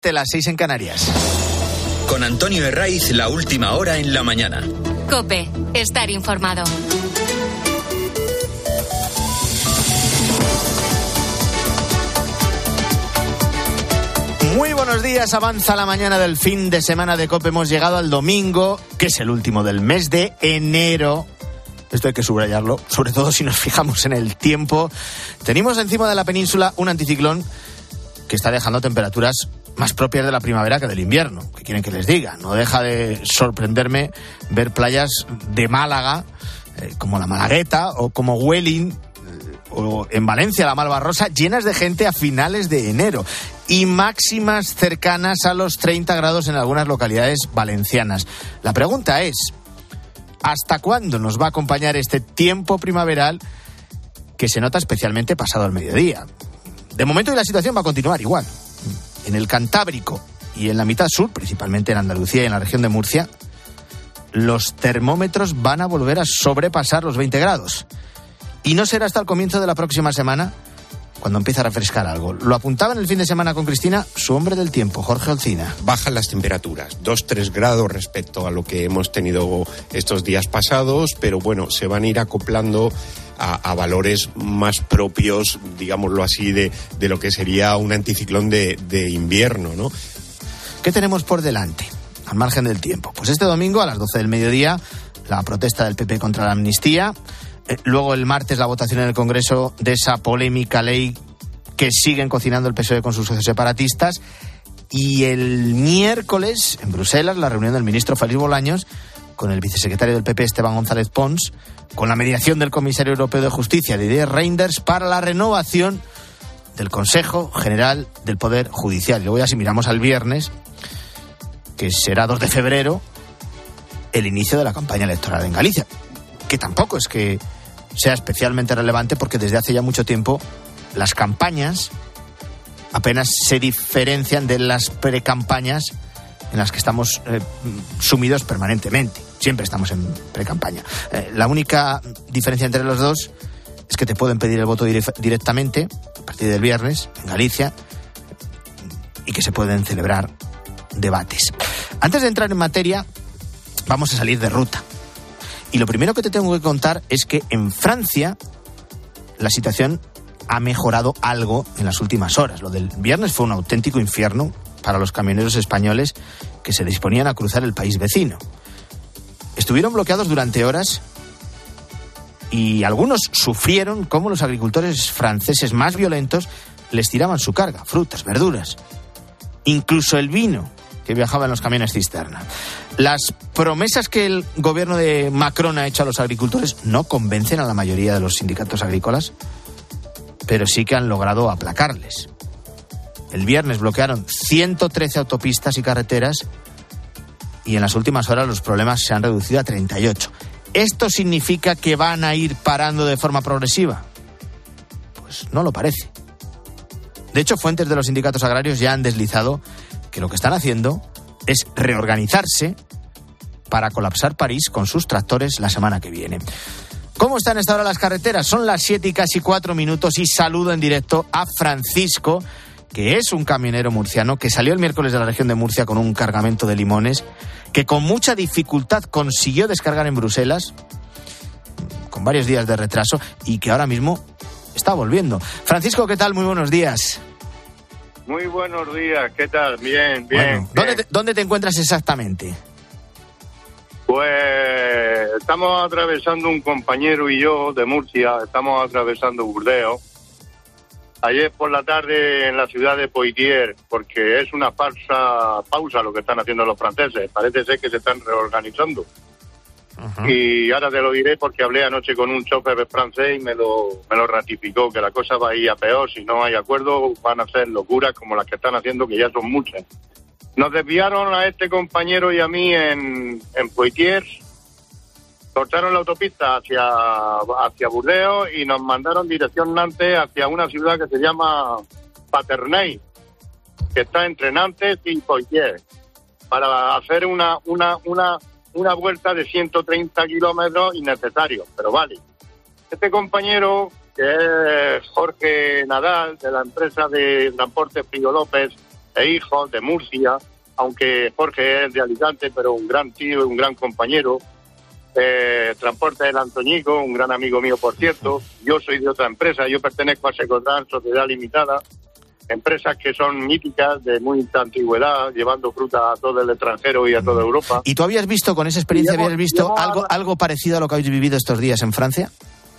de las 6 en Canarias. Con Antonio Herraiz, la última hora en la mañana. COPE, estar informado. Muy buenos días, avanza la mañana del fin de semana de COPE. Hemos llegado al domingo, que es el último del mes de enero. Esto hay que subrayarlo, sobre todo si nos fijamos en el tiempo. Tenemos encima de la península un anticiclón que está dejando temperaturas más propias de la primavera que del invierno. ¿Qué quieren que les diga? No deja de sorprenderme ver playas de Málaga, como la Malagueta o como Huelin, o en Valencia, la Malvarrosa, llenas de gente a finales de enero. Y máximas cercanas a los 30 grados en algunas localidades valencianas. La pregunta es, ¿hasta cuándo nos va a acompañar este tiempo primaveral que se nota especialmente pasado el mediodía? De momento la situación va a continuar igual. En el Cantábrico y en la mitad sur, principalmente en Andalucía y en la región de Murcia, los termómetros van a volver a sobrepasar los 20 grados. Y no será hasta el comienzo de la próxima semana cuando empieza a refrescar algo. Lo apuntaba en el fin de semana con Cristina, su hombre del tiempo, Jorge Olcina. Bajan las temperaturas, 2-3 grados respecto a lo que hemos tenido estos días pasados, pero bueno, se van a ir acoplando a valores más propios, digámoslo así, de lo que sería un anticiclón de invierno, ¿no? ¿Qué tenemos por delante, al margen del tiempo? Pues este domingo a las 12 del mediodía, la protesta del PP contra la amnistía. Luego el martes la votación en el Congreso de esa polémica ley que siguen cocinando el PSOE con sus socios separatistas. Y el miércoles en Bruselas la reunión del ministro Félix Bolaños con el vicesecretario del PP Esteban González Pons, con la mediación del comisario europeo de Justicia Didier Reynders para la renovación del Consejo General del Poder Judicial. Y luego ya si miramos al viernes, que será 2 de febrero, el inicio de la campaña electoral en Galicia, que tampoco es que sea especialmente relevante porque desde hace ya mucho tiempo las campañas apenas se diferencian de las precampañas en las que estamos sumidos permanentemente. Siempre estamos en precampaña. La única diferencia entre los dos es que te pueden pedir el voto directamente a partir del viernes en Galicia y que se pueden celebrar debates. Antes de entrar en materia, vamos a salir de ruta. Y lo primero que te tengo que contar es que en Francia la situación ha mejorado algo en las últimas horas. Lo del viernes fue un auténtico infierno para los camioneros españoles que se disponían a cruzar el país vecino. Estuvieron bloqueados durante horas y algunos sufrieron cómo los agricultores franceses más violentos les tiraban su carga, frutas, verduras, incluso el vino que viajaba en los camiones cisterna. Las promesas que el gobierno de Macron ha hecho a los agricultores no convencen a la mayoría de los sindicatos agrícolas, pero sí que han logrado aplacarles. El viernes bloquearon 113 autopistas y carreteras y en las últimas horas los problemas se han reducido a 38. ¿Esto significa que van a ir parando de forma progresiva? Pues no lo parece. De hecho, fuentes de los sindicatos agrarios ya han deslizado que lo que están haciendo es reorganizarse para colapsar París con sus tractores la semana que viene. ¿Cómo están hasta ahora las carreteras? Son las 7 y casi 4 minutos y saludo en directo a Francisco, que es un camionero murciano que salió el miércoles de la región de Murcia con un cargamento de limones que con mucha dificultad consiguió descargar en Bruselas, con varios días de retraso, y que ahora mismo está volviendo. Francisco, ¿qué tal? Muy buenos días. Muy buenos días, ¿qué tal? Bien, bien. Bueno, ¿dónde te encuentras exactamente? Pues estamos atravesando un compañero y yo de Murcia, estamos atravesando Burdeos. Ayer por la tarde en la ciudad de Poitiers, porque es una falsa pausa lo que están haciendo los franceses. Parece ser que se están reorganizando. Uh-huh. Y ahora te lo diré porque hablé anoche con un chofer francés y me lo ratificó, que la cosa va a ir a peor. Si no hay acuerdo, van a ser locuras como las que están haciendo, que ya son muchas. Nos desviaron a este compañero y a mí en Poitiers, cortaron la autopista hacia Burdeos y nos mandaron dirección Nantes hacia una ciudad que se llama Paternay, que está entre Nantes y Poitiers, para hacer una vuelta de 130 kilómetros innecesarios, pero vale. Este compañero, que es Jorge Nadal, de la empresa de transporte Frigo López, e hijos de Murcia, aunque Jorge es de Alicante, pero un gran tío y un gran compañero. Transporte del Antoñico, un gran amigo mío, por cierto. Yo soy de otra empresa, yo pertenezco a Secotran, Sociedad Limitada, empresas que son míticas, de muy antigüedad, llevando fruta a todo el extranjero y a toda Europa. ¿Y tú habías visto, con esa experiencia, habías visto algo parecido a lo que habéis vivido estos días en Francia?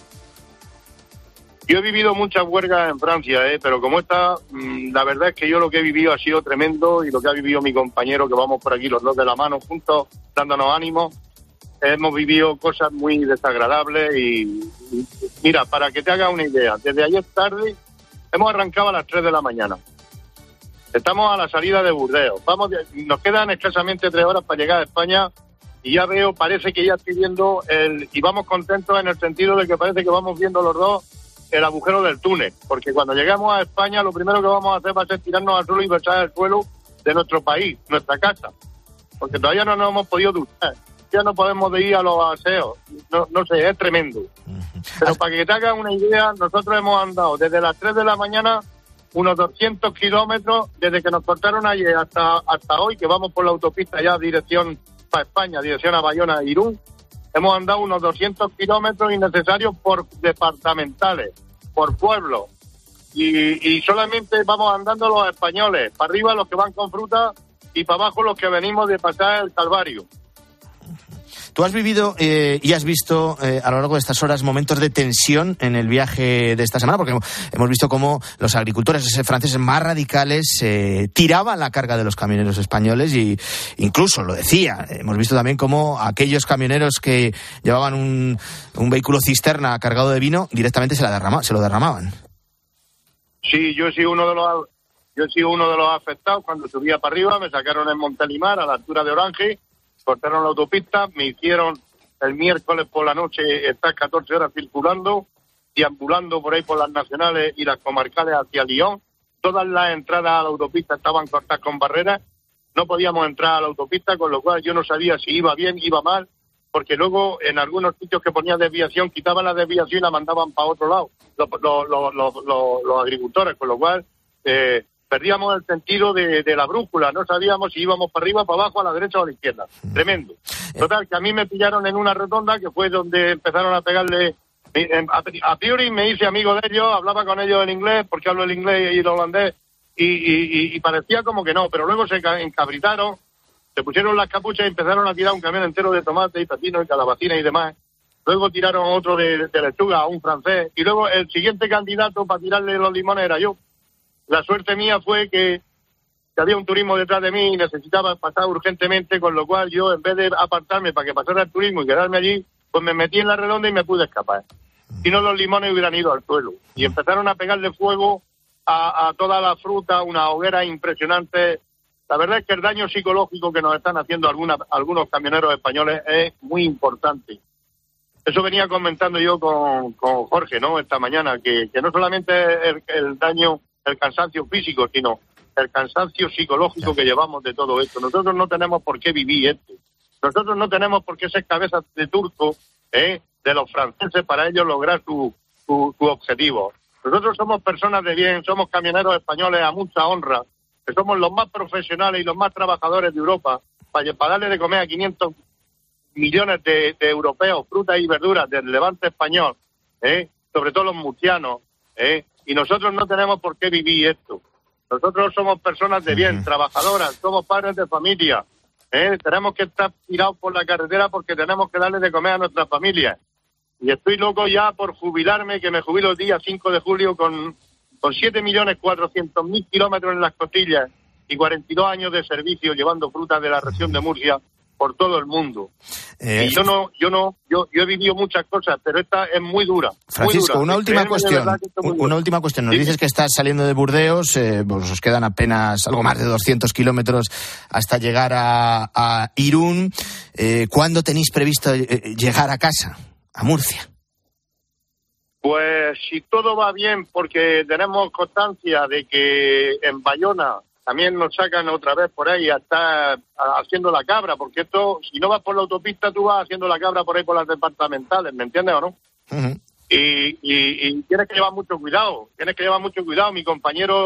Yo he vivido muchas huelgas en Francia, pero como esta, la verdad es que yo lo que he vivido ha sido tremendo, y lo que ha vivido mi compañero, que vamos por aquí los dos de la mano juntos, dándonos ánimo. Hemos vivido cosas muy desagradables y mira, para que te hagas una idea, desde ayer tarde hemos arrancado a las 3 de la mañana. Estamos a la salida de Burdeos. Nos quedan escasamente 3 horas para llegar a España y ya veo, parece que ya estoy viendo y vamos contentos en el sentido de que parece que vamos viendo los dos el agujero del túnel, porque cuando lleguemos a España lo primero que vamos a hacer va a ser tirarnos al suelo y besar el suelo de nuestro país, nuestra casa, porque todavía no nos hemos podido duchar. Ya no podemos ir a los aseos, no sé, es tremendo. Pero para que te hagas una idea, nosotros hemos andado desde las 3 de la mañana unos 200 kilómetros, desde que nos cortaron ayer hasta hoy, que vamos por la autopista ya dirección para España, dirección a Bayona e Irún. Hemos andado unos 200 kilómetros innecesarios por departamentales, por pueblos, y solamente vamos andando los españoles, para arriba los que van con fruta y para abajo los que venimos de pasar el Calvario. Tú has vivido y has visto a lo largo de estas horas momentos de tensión en el viaje de esta semana, porque hemos visto cómo los agricultores franceses más radicales tiraban la carga de los camioneros españoles, y incluso lo decía. Hemos visto también cómo aquellos camioneros que llevaban un vehículo cisterna cargado de vino directamente se lo derramaban. Sí, yo he sido uno de los afectados. Cuando subía para arriba me sacaron en Montelimar, a la altura de Orange, cortaron la autopista, me hicieron el miércoles por la noche estar 14 horas circulando, deambulando por ahí por las nacionales y las comarcales hacia Lyon. Todas las entradas a la autopista estaban cortadas con barreras, no podíamos entrar a la autopista, con lo cual yo no sabía si iba bien, iba mal, porque luego en algunos sitios que ponía desviación, quitaban la desviación y la mandaban para otro lado, los agricultores, con lo cual perdíamos el sentido de la brújula, no sabíamos si íbamos para arriba, para abajo, a la derecha o a la izquierda. Tremendo. Total, que a mí me pillaron en una rotonda, que fue donde empezaron a pegarle. A priori me hice amigo de ellos, hablaba con ellos en inglés, porque hablo el inglés y el holandés, y parecía como que no, pero luego se encabritaron, se pusieron las capuchas y empezaron a tirar un camión entero de tomate y pepino y calabacines y demás. Luego tiraron otro de lechuga a un francés, y luego el siguiente candidato para tirarle los limones era yo. La suerte mía fue que había un turismo detrás de mí y necesitaba pasar urgentemente, con lo cual yo, en vez de apartarme para que pasara el turismo y quedarme allí, pues me metí en la redonda y me pude escapar. Si no, los limones hubieran ido al suelo. Y empezaron a pegarle fuego a toda la fruta, una hoguera impresionante. La verdad es que el daño psicológico que nos están haciendo algunos camioneros españoles es muy importante. Eso venía comentando yo con Jorge, ¿no?, esta mañana, que no solamente el daño, el cansancio físico, sino el cansancio psicológico que llevamos de todo esto. Nosotros no tenemos por qué vivir esto. Nosotros no tenemos por qué ser cabezas de turco, de los franceses, para ellos lograr su objetivo. Nosotros somos personas de bien, somos camioneros españoles a mucha honra, que somos los más profesionales y los más trabajadores de Europa, para darle de comer a 500 millones de europeos, frutas y verduras del levante español, sobre todo los murcianos, y nosotros no tenemos por qué vivir esto. Nosotros somos personas de bien, trabajadoras, somos padres de familia, tenemos que estar tirados por la carretera porque tenemos que darle de comer a nuestras familias. Y estoy loco ya por jubilarme, que me jubilo el día 5 de julio con 7.400.000 kilómetros en las costillas y 42 años de servicio llevando frutas de la región de Murcia por todo el mundo. Y yo he vivido muchas cosas, pero esta es muy dura. Francisco, muy dura. Una última cuestión. Nos dices que estás saliendo de Burdeos, pues os quedan apenas algo más de 200 kilómetros hasta llegar a Irún. ¿Cuándo tenéis previsto llegar a casa, a Murcia? Pues si todo va bien, porque tenemos constancia de que en Bayona también nos sacan otra vez por ahí a estar haciendo la cabra, porque esto, si no vas por la autopista, tú vas haciendo la cabra por ahí por las departamentales, ¿me entiendes o no? Uh-huh. Y tienes que llevar mucho cuidado, Mi compañero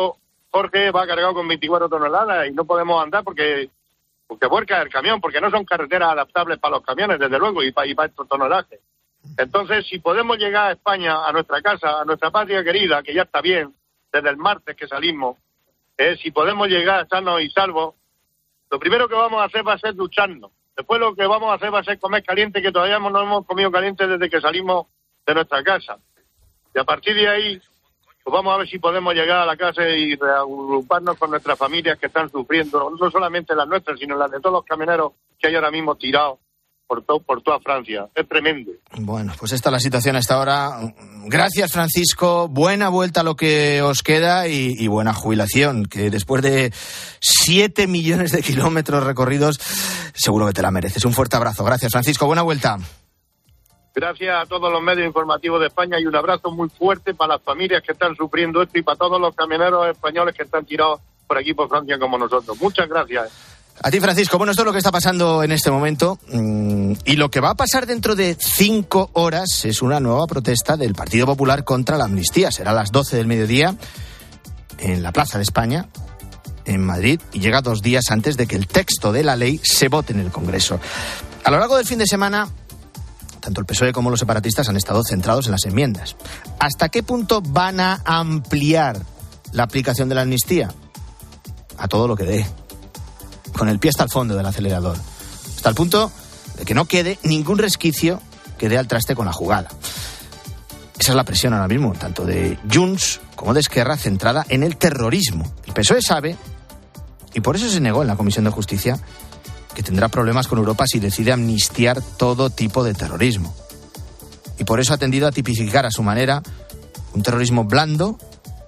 Jorge va cargado con 24 toneladas y no podemos andar porque vuelca el camión, porque no son carreteras adaptables para los camiones, desde luego, y para estos tonelajes. Entonces, si podemos llegar a España, a nuestra casa, a nuestra patria querida, que ya está bien, desde el martes que salimos, si podemos llegar sanos y salvos, lo primero que vamos a hacer va a ser ducharnos. Después lo que vamos a hacer va a ser comer caliente, que todavía no hemos comido caliente desde que salimos de nuestra casa. Y a partir de ahí, pues vamos a ver si podemos llegar a la casa y reagruparnos con nuestras familias que están sufriendo, no solamente las nuestras, sino las de todos los camioneros que hay ahora mismo tirados por toda Francia. Es tremendo. Bueno, pues esta es la situación hasta ahora. Gracias, Francisco. Buena vuelta a lo que os queda y buena jubilación, que después de 7 millones de kilómetros recorridos, seguro que te la mereces. Un fuerte abrazo. Gracias, Francisco. Buena vuelta. Gracias a todos los medios informativos de España y un abrazo muy fuerte para las familias que están sufriendo esto y para todos los camioneros españoles que están tirados por aquí por Francia como nosotros. Muchas gracias. A ti, Francisco. Bueno, esto es lo que está pasando en este momento y lo que va a pasar dentro de 5 horas es una nueva protesta del Partido Popular contra la amnistía. Será a las 12 del mediodía en la Plaza de España, en Madrid, y llega 2 días antes de que el texto de la ley se vote en el Congreso. A lo largo del fin de semana, tanto el PSOE como los separatistas han estado centrados en las enmiendas. ¿Hasta qué punto van a ampliar la aplicación de la amnistía? A todo lo que dé, con el pie hasta el fondo del acelerador, hasta el punto de que no quede ningún resquicio que dé al traste con la jugada. Esa es la presión ahora mismo, tanto de Junts como de Esquerra, centrada en el terrorismo. El PSOE sabe, y por eso se negó en la Comisión de Justicia, que tendrá problemas con Europa si decide amnistiar todo tipo de terrorismo. Y por eso ha tendido a tipificar a su manera un terrorismo blando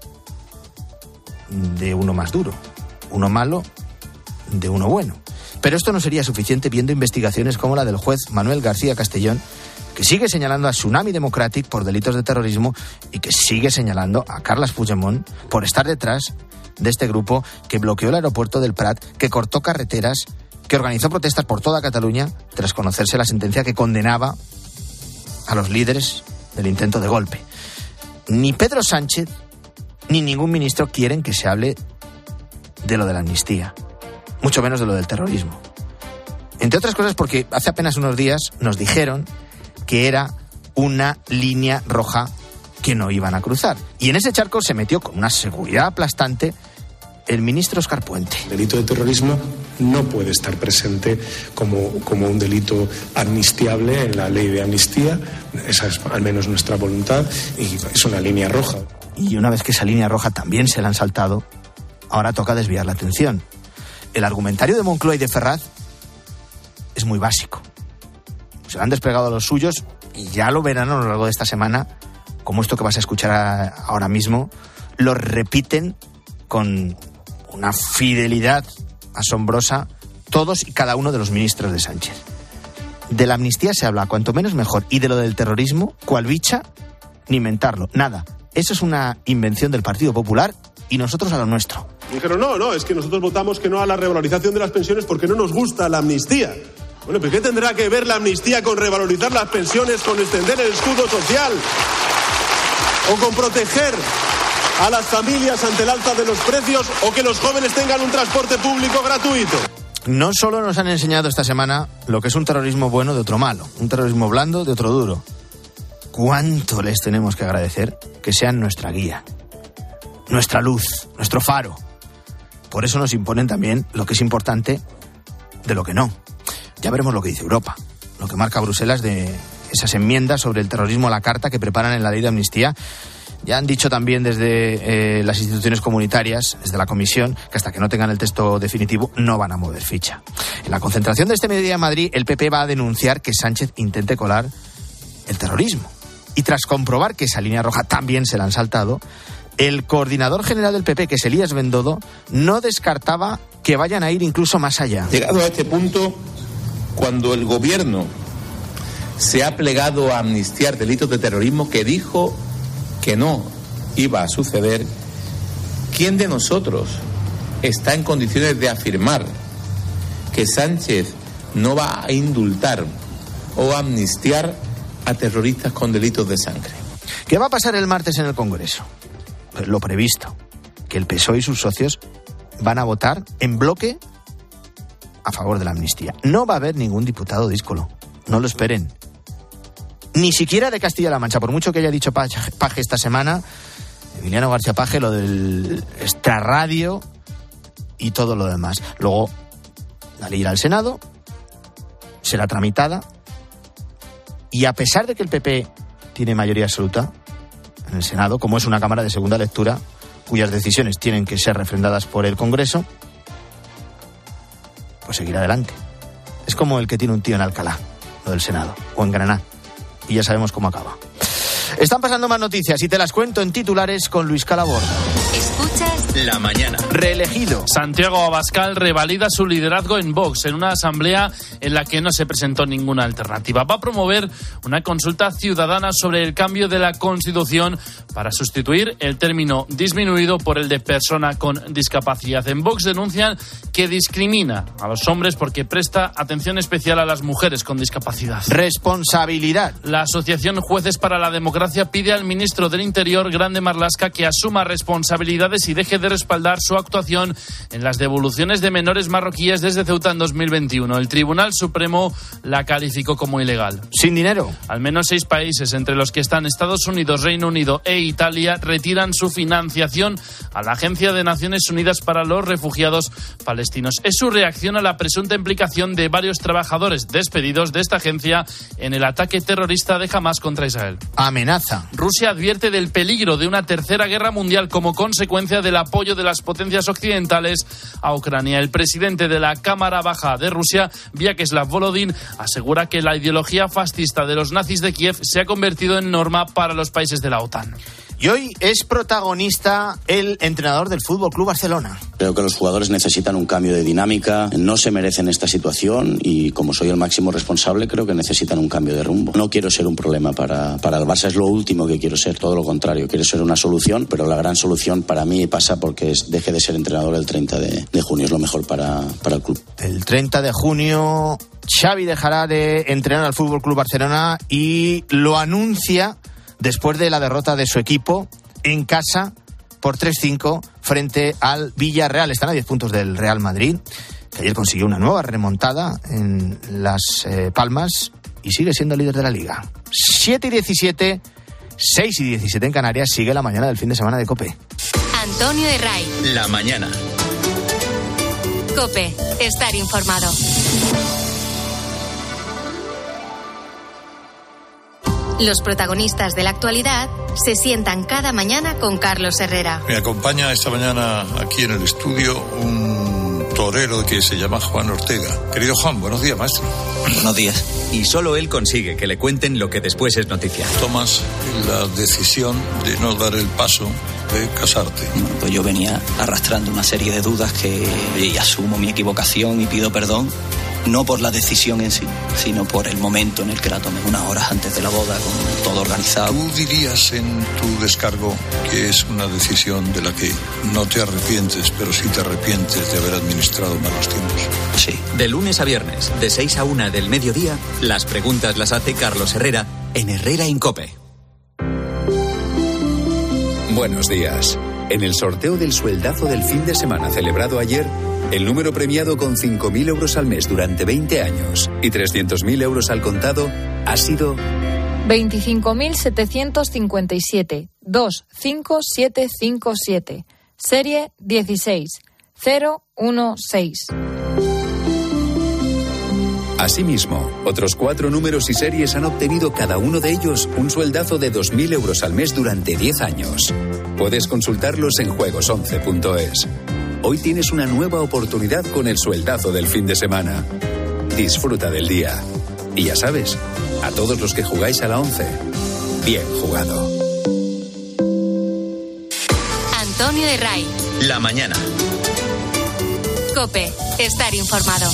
de uno más duro, uno malo de uno bueno. Pero esto no sería suficiente viendo investigaciones como la del juez Manuel García Castellón, que sigue señalando a Tsunami Democratic por delitos de terrorismo y que sigue señalando a Carles Puigdemont por estar detrás de este grupo que bloqueó el aeropuerto del Prat, que cortó carreteras, que organizó protestas por toda Cataluña tras conocerse la sentencia que condenaba a los líderes del intento de golpe. Ni Pedro Sánchez ni ningún ministro quieren que se hable de lo de la amnistía, mucho menos de lo del terrorismo. Entre otras cosas porque hace apenas unos días nos dijeron que era una línea roja que no iban a cruzar. Y en ese charco se metió con una seguridad aplastante el ministro Óscar Puente. El delito de terrorismo no puede estar presente como un delito amnistiable en la ley de amnistía. Esa es al menos nuestra voluntad y es una línea roja. Y una vez que esa línea roja también se la han saltado, ahora toca desviar la atención. El argumentario de Moncloa y de Ferraz es muy básico. Se han desplegado a los suyos y ya lo verán a lo largo de esta semana, como esto que vas a escuchar ahora mismo, lo repiten con una fidelidad asombrosa todos y cada uno de los ministros de Sánchez. De la amnistía se habla cuanto menos mejor, y de lo del terrorismo, cual bicha, ni mentarlo, nada. Eso es una invención del Partido Popular y nosotros a lo nuestro. Dijeron, no, es que nosotros votamos que no a la revalorización de las pensiones porque no nos gusta la amnistía. Bueno, ¿pero qué tendrá que ver la amnistía con revalorizar las pensiones, con extender el escudo social o con proteger a las familias ante el alza de los precios o que los jóvenes tengan un transporte público gratuito? No solo nos han enseñado esta semana lo que es un terrorismo bueno de otro malo, un terrorismo blando de otro duro. ¿Cuánto les tenemos que agradecer que sean nuestra guía, nuestra luz, nuestro faro? Por eso nos imponen también lo que es importante de lo que no. Ya veremos lo que dice Europa, lo que marca Bruselas de esas enmiendas sobre el terrorismo a la carta que preparan en la ley de amnistía. Ya han dicho también desde las instituciones comunitarias, desde la Comisión, que hasta que no tengan el texto definitivo no van a mover ficha. En la concentración de este mediodía en Madrid, el PP va a denunciar que Sánchez intente colar el terrorismo. Y tras comprobar que esa línea roja también se la han saltado, el coordinador general del PP, que es Elías Bendodo, no descartaba que vayan a ir incluso más allá. Llegado a este punto, cuando el gobierno se ha plegado a amnistiar delitos de terrorismo que dijo que no iba a suceder, ¿quién de nosotros está en condiciones de afirmar que Sánchez no va a indultar o amnistiar a terroristas con delitos de sangre? ¿Qué va a pasar el martes en el Congreso? Pues lo previsto. que el PSOE y sus socios van a votar en bloque a favor de la amnistía. No va a haber ningún diputado díscolo, no lo esperen. Ni siquiera de Castilla-La Mancha, por mucho que haya dicho Paje esta semana, Emiliano García Paje, lo del extrarradio y todo lo demás. Luego, la ley irá al Senado, será tramitada, y a pesar de que el PP tiene mayoría absoluta en el Senado, como es una Cámara de segunda lectura, cuyas decisiones tienen que ser refrendadas por el Congreso, pues seguirá adelante. Es como el que tiene un tío en Alcalá, lo del Senado, o en Granada, y ya sabemos cómo acaba. Están pasando más noticias y te las cuento en titulares con Luis Calabor. Escuchas La mañana. Reelegido. Santiago Abascal revalida su liderazgo en Vox en una asamblea en la que no se presentó ninguna alternativa. Va a promover una consulta ciudadana sobre el cambio de la Constitución para sustituir el término disminuido por el de persona con discapacidad. En Vox denuncian que discrimina a los hombres porque presta atención especial a las mujeres con discapacidad. Responsabilidad. La Asociación Jueces para la Democracia pide al ministro del Interior, Grande Marlaska, que asuma responsabilidades y deje de respaldar su actuación en las devoluciones de menores marroquíes desde Ceuta en 2021. El Tribunal Supremo la calificó como ilegal. Sin dinero. Al menos 6 países, entre los que están Estados Unidos, Reino Unido e Italia, retiran su financiación a la Agencia de Naciones Unidas para los Refugiados Palestinos. Es su reacción a la presunta implicación de varios trabajadores despedidos de esta agencia en el ataque terrorista de Hamás contra Israel. Amenaza. Rusia advierte del peligro de una tercera guerra mundial como consecuencia del apoyo de las potencias occidentales a Ucrania. El presidente de la Cámara Baja de Rusia, Vyacheslav Volodin, asegura que la ideología fascista de los nazis de Kiev se ha convertido en norma para los países de la OTAN. Y hoy es protagonista el entrenador del Fútbol Club Barcelona. Creo que los jugadores necesitan un cambio de dinámica, no se merecen esta situación y como soy el máximo responsable creo que necesitan un cambio de rumbo. No quiero ser un problema para el Barça, es lo último que quiero ser, todo lo contrario. Quiero ser una solución, pero la gran solución para mí pasa porque deje de ser entrenador el 30 de junio, es lo mejor para el club. El 30 de junio Xavi dejará de entrenar al Fútbol Club Barcelona y lo anuncia después de la derrota de su equipo en casa por 3-5 frente al Villarreal. Están a 10 puntos del Real Madrid, que ayer consiguió una nueva remontada en Las Palmas y sigue siendo líder de la Liga. 7-17, 6-17 en Canarias. Sigue la mañana del fin de semana de COPE. Antonio Herray. La mañana. COPE. Estar informado. Los protagonistas de la actualidad se sientan cada mañana con Carlos Herrera. Me acompaña esta mañana aquí en el estudio un torero que se llama Juan Ortega. Querido Juan, buenos días, maestro. Buenos días. Y solo él consigue que le cuenten lo que después es noticia. Tomas la decisión de no dar el paso de casarte. Bueno, pues yo venía arrastrando una serie de dudas y asumo mi equivocación y pido perdón. No por la decisión en sí, sino por el momento en el que la tomé, unas horas antes de la boda, con todo organizado. ¿Tú dirías en tu descargo que es una decisión de la que no te arrepientes, pero sí te arrepientes de haber administrado malos tiempos? Sí. De lunes a viernes, de 6 a 1 del mediodía, las preguntas las hace Carlos Herrera en Herrera en COPE. Buenos días. En el sorteo del sueldazo del fin de semana celebrado ayer, el número premiado con 5.000 euros al mes durante 20 años y 300.000 euros al contado ha sido 25.757 25757, serie 16016. Asimismo, otros 4 números y series han obtenido cada uno de ellos un sueldazo de 2.000 euros al mes durante 10 años. Puedes consultarlos en juegos11.es. Hoy tienes una nueva oportunidad con el sueldazo del fin de semana. Disfruta del día. Y ya sabes, a todos los que jugáis a la 11, bien jugado. Antonio Herray. La mañana. COPE. Estar informado.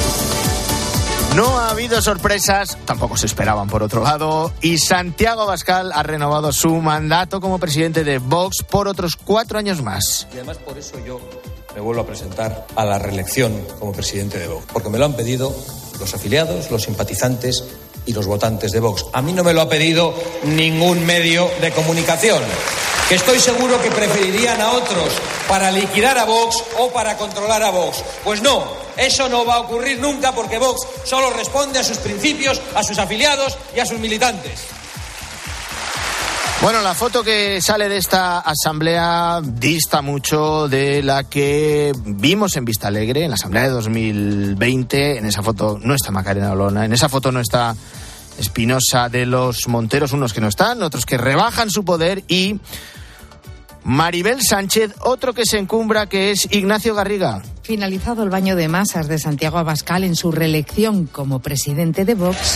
No ha habido sorpresas, tampoco se esperaban por otro lado, y Santiago Abascal ha renovado su mandato como presidente de Vox por otros 4 años más. Y además por eso yo me vuelvo a presentar a la reelección como presidente de Vox, porque me lo han pedido los afiliados, los simpatizantes y los votantes de Vox. A mí no me lo ha pedido ningún medio de comunicación, que estoy seguro que preferirían a otros para liquidar a Vox o para controlar a Vox. Pues no, eso no va a ocurrir nunca porque Vox solo responde a sus principios, a sus afiliados y a sus militantes. Bueno, la foto que sale de esta asamblea dista mucho de la que vimos en Vistalegre, en la asamblea de 2020. En esa foto no está Macarena Olona, en esa foto no está Espinosa de los Monteros, unos que no están, otros que rebajan su poder, y Maribel Sánchez, otro que se encumbra, que es Ignacio Garriga. Finalizado el baño de masas de Santiago Abascal en su reelección como presidente de Vox,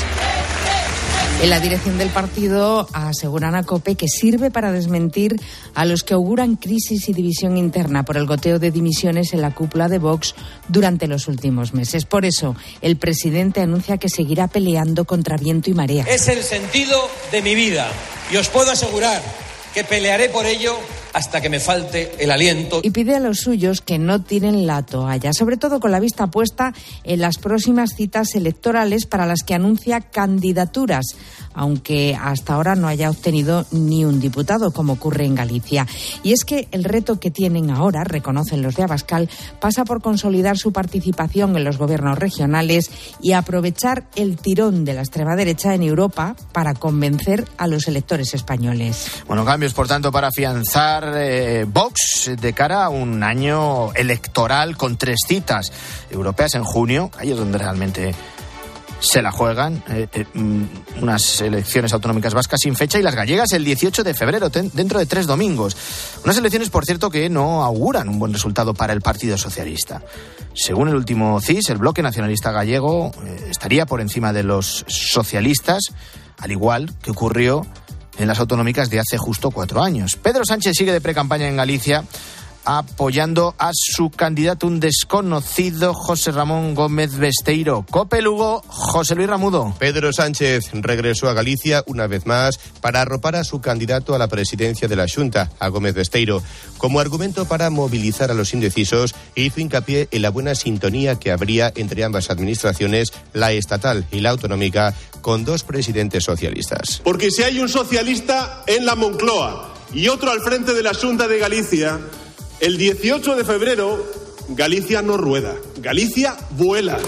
en la dirección del partido aseguran a COPE que sirve para desmentir a los que auguran crisis y división interna por el goteo de dimisiones en la cúpula de Vox durante los últimos meses. Por eso, el presidente anuncia que seguirá peleando contra viento y marea. Es el sentido de mi vida y os puedo asegurar que pelearé por ello hasta que me falte el aliento. Y pide a los suyos que no tiren la toalla, sobre todo con la vista puesta en las próximas citas electorales para las que anuncia candidaturas, aunque hasta ahora no haya obtenido ni un diputado, como ocurre en Galicia. Y es que el reto que tienen ahora, reconocen los de Abascal, pasa por consolidar su participación en los gobiernos regionales y aprovechar el tirón de la extrema derecha en Europa para convencer a los electores españoles. Bueno, cambios, por tanto, para afianzar Vox de cara a un año electoral con 3 citas europeas en junio. Ahí es donde realmente se la juegan, unas elecciones autonómicas vascas sin fecha, y las gallegas el 18 de febrero, dentro de 3 domingos. Unas elecciones, por cierto, que no auguran un buen resultado para el Partido Socialista. Según el último CIS, el bloque nacionalista gallego estaría por encima de los socialistas, al igual que ocurrió en las autonómicas de hace justo 4 años. Pedro Sánchez sigue de precampaña en Galicia, apoyando a su candidato, un desconocido, José Ramón Gómez Besteiro. COPE Lugo, José Luis Ramudo. Pedro Sánchez regresó a Galicia una vez más para arropar a su candidato a la presidencia de la Xunta, a Gómez Besteiro. Como argumento para movilizar a los indecisos, hizo hincapié en la buena sintonía que habría entre ambas administraciones, la estatal y la autonómica, con 2 presidentes socialistas. Porque si hay un socialista en la Moncloa y otro al frente de la Xunta de Galicia, el 18 de febrero Galicia no rueda, Galicia vuela.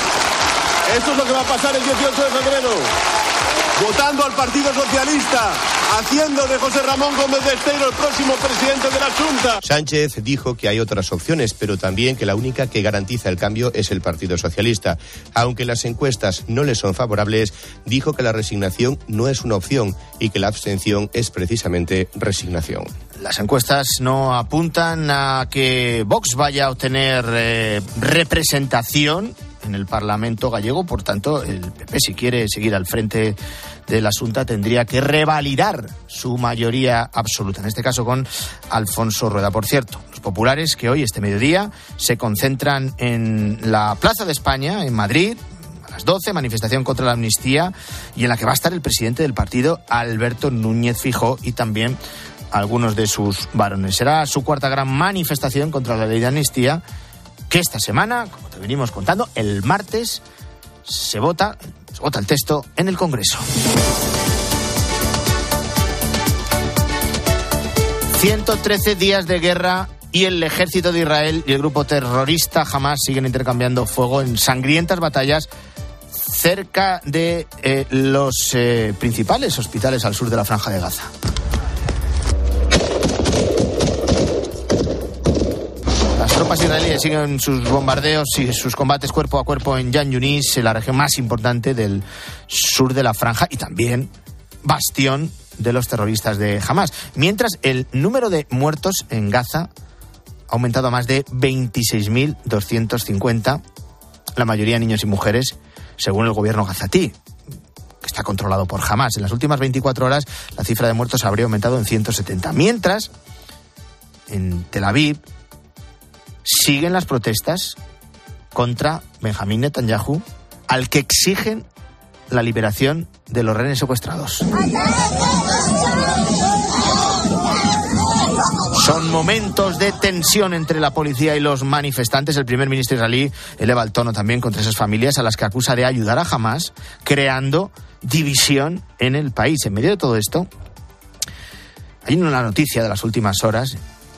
Eso es lo que va a pasar el 18 de febrero. Votando al Partido Socialista, haciendo de José Ramón Gómez Besteiro el próximo presidente de la Xunta. Sánchez dijo que hay otras opciones, pero también que la única que garantiza el cambio es el Partido Socialista. Aunque las encuestas no le son favorables, dijo que la resignación no es una opción y que la abstención es precisamente resignación. Las encuestas no apuntan a que Vox vaya a obtener representación en el Parlamento gallego. Por tanto, el PP, si quiere seguir al frente de la Xunta, tendría que revalidar su mayoría absoluta, en este caso con Alfonso Rueda. Por cierto, los populares que hoy, este mediodía, se concentran en la Plaza de España, en Madrid, a las 12, manifestación contra la amnistía, y en la que va a estar el presidente del partido, Alberto Núñez Feijóo, y también algunos de sus varones. Será su 4ª gran manifestación contra la ley de amnistía, que esta semana, como te venimos contando, el martes se vota el texto en el Congreso. 113 días de guerra y el ejército de Israel y el grupo terrorista Hamas siguen intercambiando fuego en sangrientas batallas cerca de los principales hospitales al sur de la Franja de Gaza. Las tropas israelíes siguen sus bombardeos y sus combates cuerpo a cuerpo en Yan Yunis, en la región más importante del sur de la franja y también bastión de los terroristas de Hamas. Mientras el número de muertos en Gaza ha aumentado a más de 26.250, la mayoría niños y mujeres, según el gobierno gazatí, que está controlado por Hamas. En las últimas 24 horas la cifra de muertos habría aumentado en 170. Mientras, en Tel Aviv, siguen las protestas contra Benjamín Netanyahu, al que exigen la liberación de los rehenes secuestrados. Son momentos de tensión entre la policía y los manifestantes. El primer ministro israelí eleva el tono también contra esas familias a las que acusa de ayudar a Hamas, creando división en el país. En medio de todo esto, hay una noticia de las últimas horas.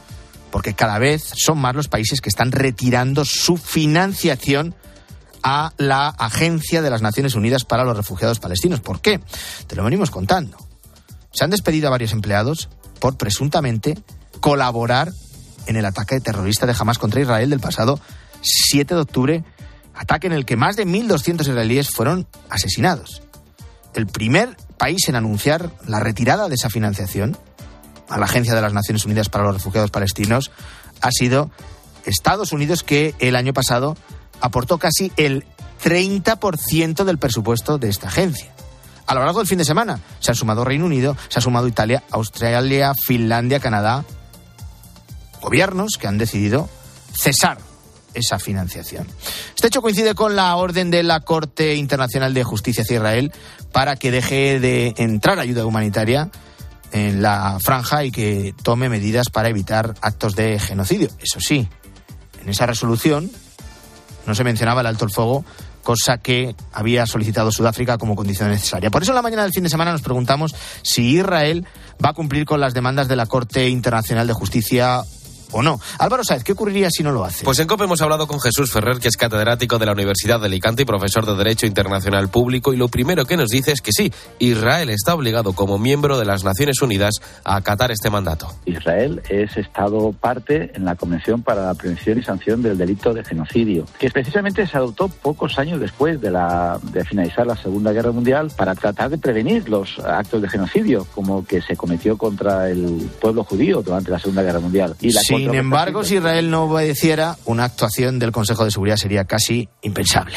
porque cada vez son más los países que están retirando su financiación a la Agencia de las Naciones Unidas para los Refugiados Palestinos. ¿Por qué? Te lo venimos contando. Se han despedido a varios empleados por presuntamente colaborar en el ataque terrorista de Hamás contra Israel del pasado 7 de octubre, ataque en el que más de 1.200 israelíes fueron asesinados. El primer país en anunciar la retirada de esa financiación a la Agencia de las Naciones Unidas para los Refugiados Palestinos ha sido Estados Unidos, que el año pasado aportó casi el 30% del presupuesto de esta agencia. A lo largo del fin de semana se han sumado Reino Unido, se ha sumado Italia, Australia, Finlandia, Canadá. Gobiernos que han decidido cesar esa financiación. Este hecho coincide con la orden de la Corte Internacional de Justicia hacia Israel para que deje de entrar ayuda humanitaria en la franja y que tome medidas para evitar actos de genocidio. Eso sí, en esa resolución no se mencionaba el alto el fuego, cosa que había solicitado Sudáfrica como condición necesaria. Por eso en la mañana del fin de semana nos preguntamos si Israel va a cumplir con las demandas de la Corte Internacional de Justicia o no. Álvaro Sáez, ¿qué ocurriría si no lo hace? Pues en COPE hemos hablado con Jesús Ferrer, que es catedrático de la Universidad de Alicante y profesor de Derecho Internacional Público, y lo primero que nos dice es que sí, Israel está obligado como miembro de las Naciones Unidas a acatar este mandato. Israel es Estado parte en la Convención para la Prevención y Sanción del Delito de Genocidio, que precisamente se adoptó pocos años después de finalizar la Segunda Guerra Mundial para tratar de prevenir los actos de genocidio, como que se cometió contra el pueblo judío durante la Segunda Guerra Mundial. Y sin embargo, si Israel no obedeciera, una actuación del Consejo de Seguridad sería casi impensable.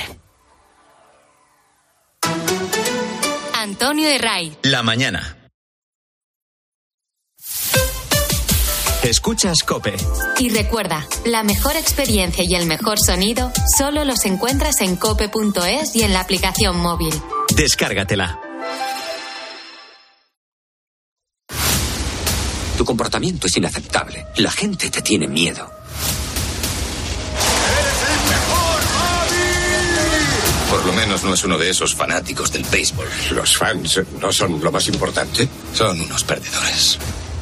Antonio de Ray. La mañana. Escuchas COPE. Y recuerda, la mejor experiencia y el mejor sonido solo los encuentras en cope.es y en la aplicación móvil. Descárgatela. Tu comportamiento es inaceptable. La gente te tiene miedo. Por lo menos no es uno de esos fanáticos del béisbol. Los fans no son lo más importante. Son unos perdedores.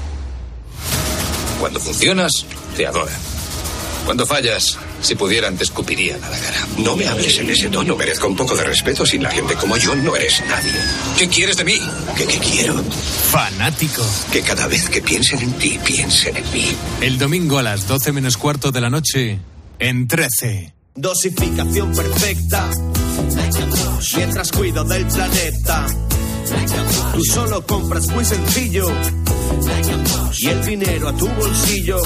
Cuando funcionas, te adoran. Cuando fallas, si pudieran, te escupirían a la cara. No me hables en ese tono. Merezco un poco de respeto. Sin la gente como yo, no eres nadie. ¿Qué quieres de mí? ¿Qué quiero? Fanático. Que cada vez que piensen en ti, piensen en mí. El domingo a las 12 menos cuarto de la noche, en 13. Dosificación perfecta. Mientras cuido del planeta. Tú solo compras muy sencillo. Y el dinero a tu bolsillo.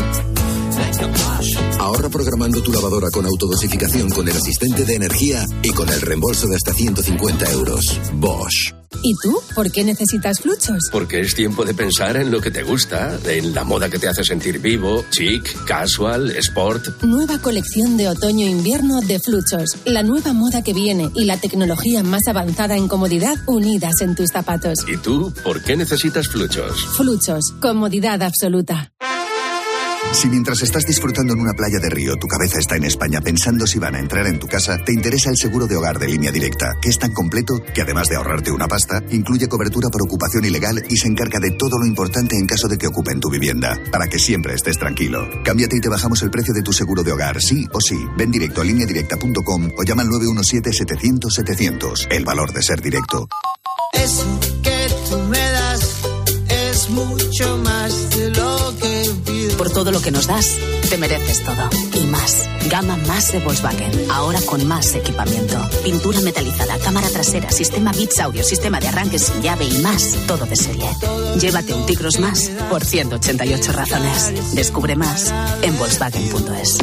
Ahorra programando tu lavadora con autodosificación con el asistente de energía y con el reembolso de hasta 150 euros. Bosch. ¿Y tú? ¿Por qué necesitas Fluchos? Porque es tiempo de pensar en lo que te gusta, en la moda que te hace sentir vivo, chic, casual, sport. Nueva colección de otoño-invierno de Fluchos. La nueva moda que viene y la tecnología más avanzada en comodidad unidas en tus zapatos. ¿Y tú? ¿Por qué necesitas Fluchos? Fluchos. Comodidad absoluta. Si mientras estás disfrutando en una playa de Río, tu cabeza está en España pensando si van a entrar en tu casa, te interesa el seguro de hogar de Línea Directa, que es tan completo que además de ahorrarte una pasta, incluye cobertura por ocupación ilegal y se encarga de todo lo importante en caso de que ocupen tu vivienda, para que siempre estés tranquilo. Cámbiate y te bajamos el precio de tu seguro de hogar, sí o sí. Ven directo a lineadirecta.com o llama al 917-700-700. El valor de ser directo. Eso que tú me das es mucho más de lo que pido. Por todo lo que nos das, te mereces todo. Y más. Gama más de Volkswagen. Ahora con más equipamiento. Pintura metalizada, cámara trasera, sistema Beats Audio, sistema de arranque sin llave y más. Todo de serie. Llévate un T-Cross más por 188 razones. Descubre más en Volkswagen.es.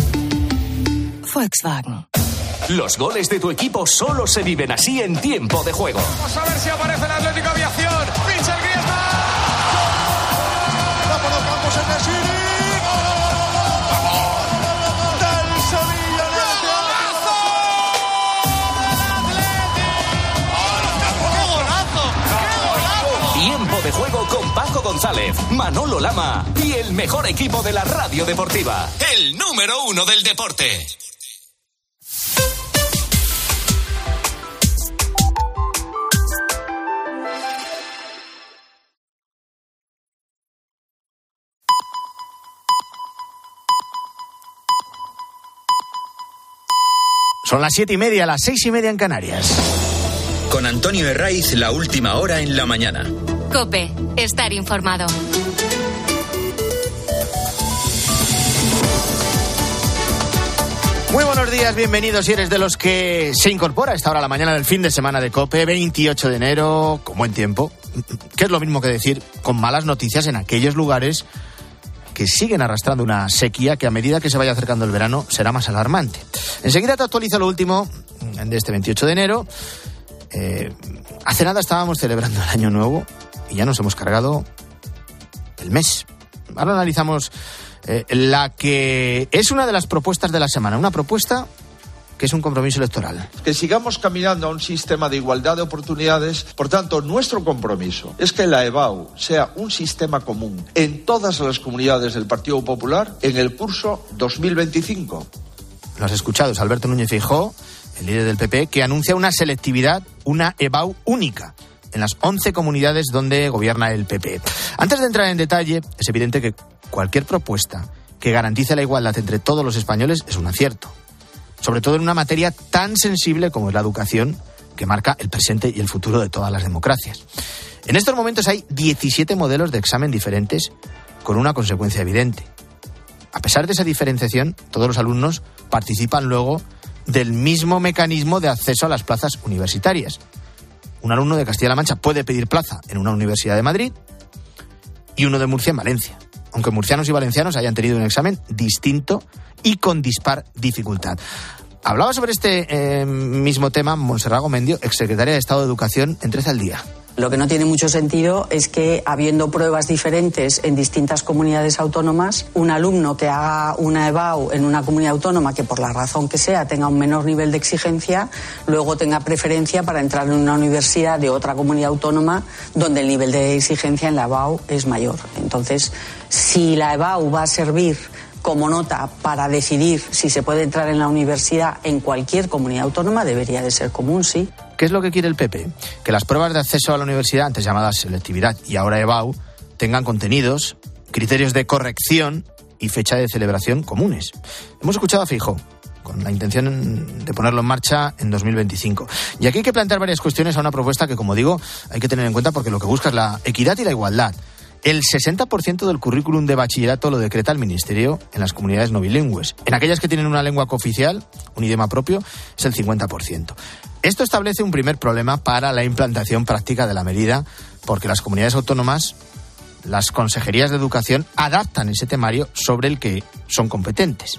Volkswagen. Los goles de tu equipo solo se viven así en tiempo de juego. Vamos a ver si aparece el Atlético Aviación. Pincha el Griezmann. La colocamos en el City. Del Sevilla. Tiempo de juego con Paco González, Manolo Lama y el mejor equipo de la radio deportiva. El número 1 del deporte. Son las 7:30, las 6:30 en Canarias. Con Antonio Herraiz, la última hora en la mañana. COPE, estar informado. Muy buenos días, bienvenidos si eres de los que se incorpora a esta hora a la mañana del fin de semana de COPE, 28 de enero, con buen tiempo, que es lo mismo que decir con malas noticias en aquellos lugares que siguen arrastrando una sequía que a medida que se vaya acercando el verano será más alarmante. Enseguida te actualizo lo último de este 28 de enero. Hace nada estábamos celebrando el Año Nuevo y ya nos hemos cargado el mes. Ahora analizamos la que es una de las propuestas de la semana, una propuesta que es un compromiso electoral. Que sigamos caminando a un sistema de igualdad de oportunidades. Por tanto, nuestro compromiso es que la EBAU sea un sistema común en todas las comunidades del Partido Popular en el curso 2025. Lo has escuchado, es Alberto Núñez Feijóo, el líder del PP, que anuncia una selectividad, una EBAU única en las 11 comunidades donde gobierna el PP. Antes de entrar en detalle, es evidente que cualquier propuesta que garantice la igualdad entre todos los españoles es un acierto. Sobre todo en una materia tan sensible como es la educación, que marca el presente y el futuro de todas las democracias. En estos momentos hay 17 modelos de examen diferentes, con una consecuencia evidente. A pesar de esa diferenciación, todos los alumnos participan luego del mismo mecanismo de acceso a las plazas universitarias. Un alumno de Castilla-La Mancha puede pedir plaza en una universidad de Madrid y uno de Murcia en Valencia, aunque murcianos y valencianos hayan tenido un examen distinto y con dispar dificultad. Hablaba sobre este mismo tema Montserrat Gomendio, exsecretaria de Estado de Educación, en 13 al Día. Lo que no tiene mucho sentido es que, habiendo pruebas diferentes en distintas comunidades autónomas, un alumno que haga una EBAU en una comunidad autónoma que, por la razón que sea, tenga un menor nivel de exigencia, luego tenga preferencia para entrar en una universidad de otra comunidad autónoma donde el nivel de exigencia en la EBAU es mayor. Entonces, si la EBAU va a servir como nota para decidir si se puede entrar en la universidad en cualquier comunidad autónoma, debería de ser común, sí. ¿Qué es lo que quiere el PP? Que las pruebas de acceso a la universidad, antes llamadas selectividad y ahora EBAU, tengan contenidos, criterios de corrección y fecha de celebración comunes. Hemos escuchado a Feijóo con la intención de ponerlo en marcha en 2025. Y aquí hay que plantear varias cuestiones a una propuesta que, como digo, hay que tener en cuenta porque lo que busca es la equidad y la igualdad. El 60% del currículum de bachillerato lo decreta el Ministerio en las comunidades no bilingües. En aquellas que tienen una lengua cooficial, un idioma propio, es el 50%. Esto establece un primer problema para la implantación práctica de la medida, porque las comunidades autónomas, las consejerías de educación, adaptan ese temario sobre el que son competentes.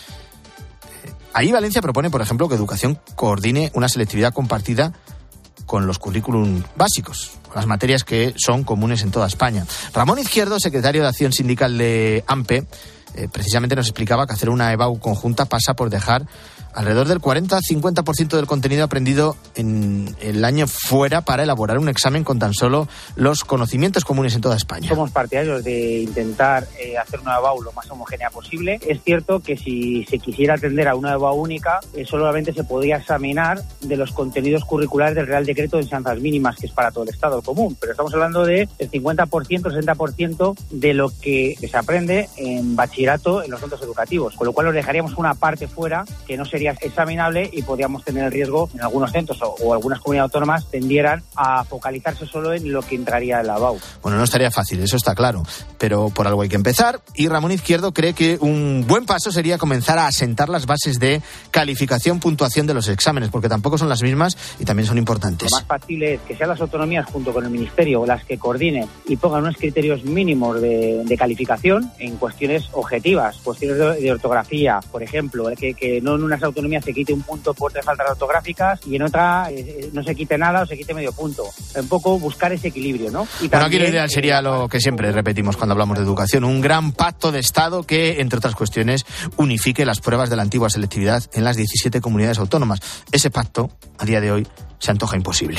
Ahí Valencia propone, por ejemplo, que Educación coordine una selectividad compartida con los currículum básicos, las materias que son comunes en toda España. Ramón Izquierdo, secretario de Acción Sindical de AMPE, precisamente nos explicaba que hacer una EBAU conjunta pasa por dejar alrededor del 40-50% del contenido aprendido en el año fuera para elaborar un examen con tan solo los conocimientos comunes en toda España. Somos partidarios de intentar hacer una EBAU lo más homogénea posible. Es cierto que si se quisiera atender a una EBAU única, solamente se podría examinar de los contenidos curriculares del Real Decreto de Enseñanzas Mínimas, que es para todo el Estado común. Pero estamos hablando del 50%, 60% de lo que se aprende en bachillerato en los centros educativos, con lo cual nos dejaríamos una parte fuera que no sería examinable y podríamos tener el riesgo en algunos centros o algunas comunidades autónomas tendieran a focalizarse solo en lo que entraría en la EBAU. Bueno, no estaría fácil, eso está claro, pero por algo hay que empezar y Ramón Izquierdo cree que un buen paso sería comenzar a asentar las bases de calificación, puntuación de los exámenes, porque tampoco son las mismas y también son importantes. Lo más factible es que sean las autonomías junto con el Ministerio las que coordinen y pongan unos criterios mínimos de calificación en cuestiones objetivas, cuestiones de ortografía, por ejemplo, que no en unas autonomía se quite un punto por 3 faltas ortográficas y en otra no se quite nada o se quite medio punto. Un poco buscar ese equilibrio, ¿no? Y bueno, aquí lo ideal sería lo que siempre repetimos cuando hablamos de educación, un gran pacto de Estado que, entre otras cuestiones, unifique las pruebas de la antigua selectividad en las 17 comunidades autónomas. Ese pacto, a día de hoy, se antoja imposible.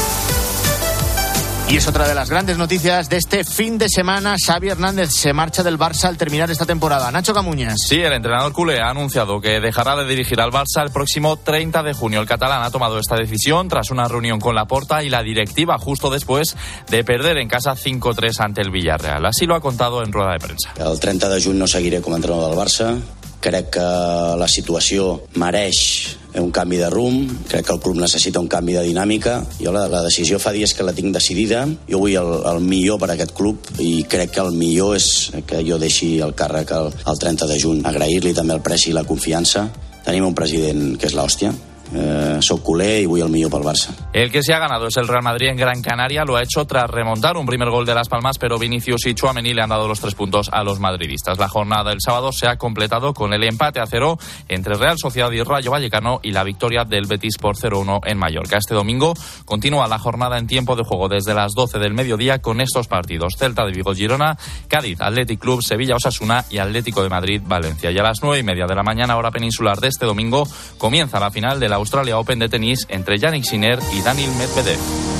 Y es otra de las grandes noticias de este fin de semana. Xavi Hernández se marcha del Barça al terminar esta temporada. Nacho Camuñas. Sí, el entrenador culé ha anunciado que dejará de dirigir al Barça el próximo 30 de junio. El catalán ha tomado esta decisión tras una reunión con Laporta y la directiva justo después de perder en casa 5-3 ante el Villarreal. Así lo ha contado en rueda de prensa. El 30 de juny no seguiré com a entrenador del Barça. Crec que la situació mereix un canvi de rumb, crec que el club necessita un canvi de dinàmica. Jo la decisió fa dies que la tinc decidida, jo vull el millor per a aquest club i crec que el millor és que jo deixi el càrrec el 30 de juny. Agrair-li també el preci i la confiança. Tenim un president que és l'hòstia. Soy culé y voy al millor para el Barça. El que se ha ganado es el Real Madrid en Gran Canaria. Lo ha hecho tras remontar un primer gol de Las Palmas, pero Vinicius y Tchouaméni le han dado los 3 puntos a los madridistas. La jornada del sábado se ha completado con el empate a 0 entre Real Sociedad y Rayo Vallecano y la victoria del Betis por 0-1 en Mallorca. Este domingo continúa la jornada en tiempo de juego desde las 12 del mediodía con estos partidos: Celta de Vigo Girona, Cádiz Athletic Club, Sevilla Osasuna y Atlético de Madrid Valencia. Y a las 9:30 de la mañana, hora peninsular de este domingo, comienza la final de la Australia Open de tenis entre Yannick Sinner y Daniil Medvedev.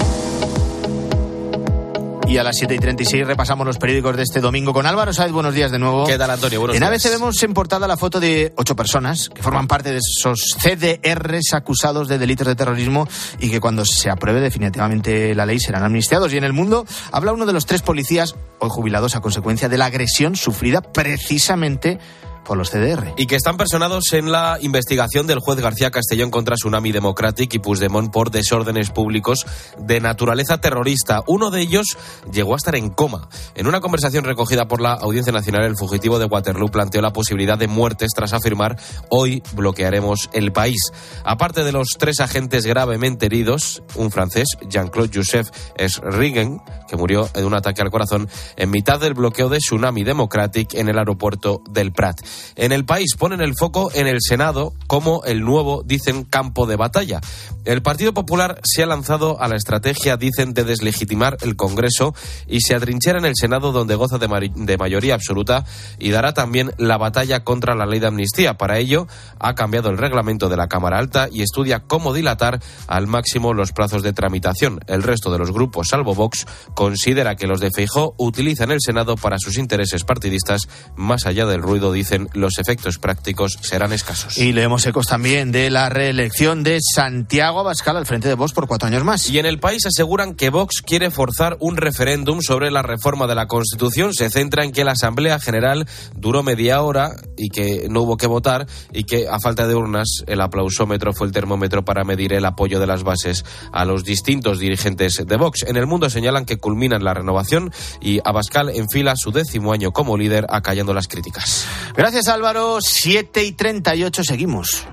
Y a las 7:36 repasamos los periódicos de este domingo con Álvaro Sáez. Buenos días de nuevo. ¿Qué tal, Antonio? Buenos días. En ABC vemos en portada la foto de 8 personas que forman parte de esos CDRs acusados de delitos de terrorismo y que cuando se apruebe definitivamente la ley serán amnistiados. Y en El Mundo habla uno de los 3 policías hoy jubilados a consecuencia de la agresión sufrida precisamente por los CDR. Y que están personados en la investigación del juez García Castellón contra Tsunami Democratic y Puigdemont por desórdenes públicos de naturaleza terrorista. Uno de ellos llegó a estar en coma. En una conversación recogida por la Audiencia Nacional, el fugitivo de Waterloo planteó la posibilidad de muertes tras afirmar: hoy bloquearemos el país. Aparte de los 3 agentes gravemente heridos, un francés, Jean-Claude Joseph Esrigen, que murió de un ataque al corazón en mitad del bloqueo de Tsunami Democratic en el aeropuerto del Prat. En El País ponen el foco en el Senado como el nuevo, dicen, campo de batalla. El Partido Popular se ha lanzado a la estrategia, dicen, de deslegitimar el Congreso y se atrinchera en el Senado, donde goza de mayoría absoluta, y dará también la batalla contra la ley de amnistía. Para ello, ha cambiado el reglamento de la Cámara Alta y estudia cómo dilatar al máximo los plazos de tramitación. El resto de los grupos, salvo Vox, considera que los de Feijóo utilizan el Senado para sus intereses partidistas. Más allá del ruido, dicen, los efectos prácticos serán escasos. Y leemos ecos también de la reelección de Santiago Abascal al frente de Vox por 4 años más. Y en El País aseguran que Vox quiere forzar un referéndum sobre la reforma de la Constitución. Se centra en que la Asamblea General duró media hora y que no hubo que votar, y que a falta de urnas el aplausómetro fue el termómetro para medir el apoyo de las bases a los distintos dirigentes de Vox. En El Mundo señalan que culminan la renovación y Abascal enfila su 10º año como líder, acallando las críticas. Gracias, Álvaro. 7:38, seguimos.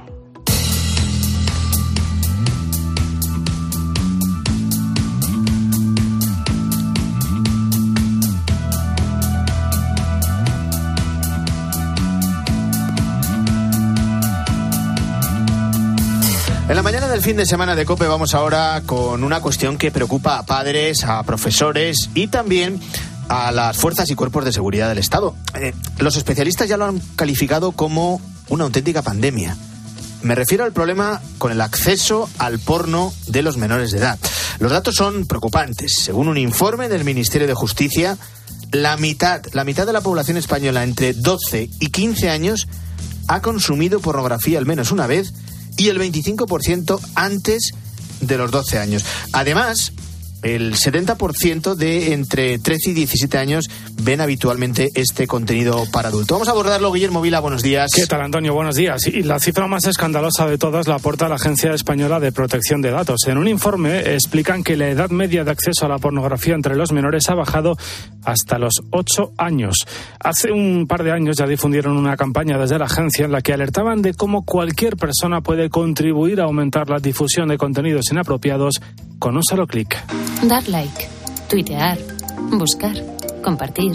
En la mañana del fin de semana de COPE vamos ahora con una cuestión que preocupa a padres, a profesores y también a las fuerzas y cuerpos de seguridad del Estado. Los especialistas ya lo han calificado como una auténtica pandemia. Me refiero al problema con el acceso al porno de los menores de edad. Los datos son preocupantes. Según un informe del Ministerio de Justicia, la mitad de la población española entre 12 y 15 años ha consumido pornografía al menos una vez, y el 25% antes de los 12 años. Además, el 70% de entre 13 y 17 años ven habitualmente este contenido para adulto. Vamos a abordarlo. Guillermo Vila, buenos días. ¿Qué tal, Antonio? Buenos días. Y la cifra más escandalosa de todas la aporta la Agencia Española de Protección de Datos. En un informe explican que la edad media de acceso a la pornografía entre los menores ha bajado hasta los 8 años. Hace un par de años ya difundieron una campaña desde la agencia en la que alertaban de cómo cualquier persona puede contribuir a aumentar la difusión de contenidos inapropiados con un solo clic. Dar like, tuitear, buscar, compartir,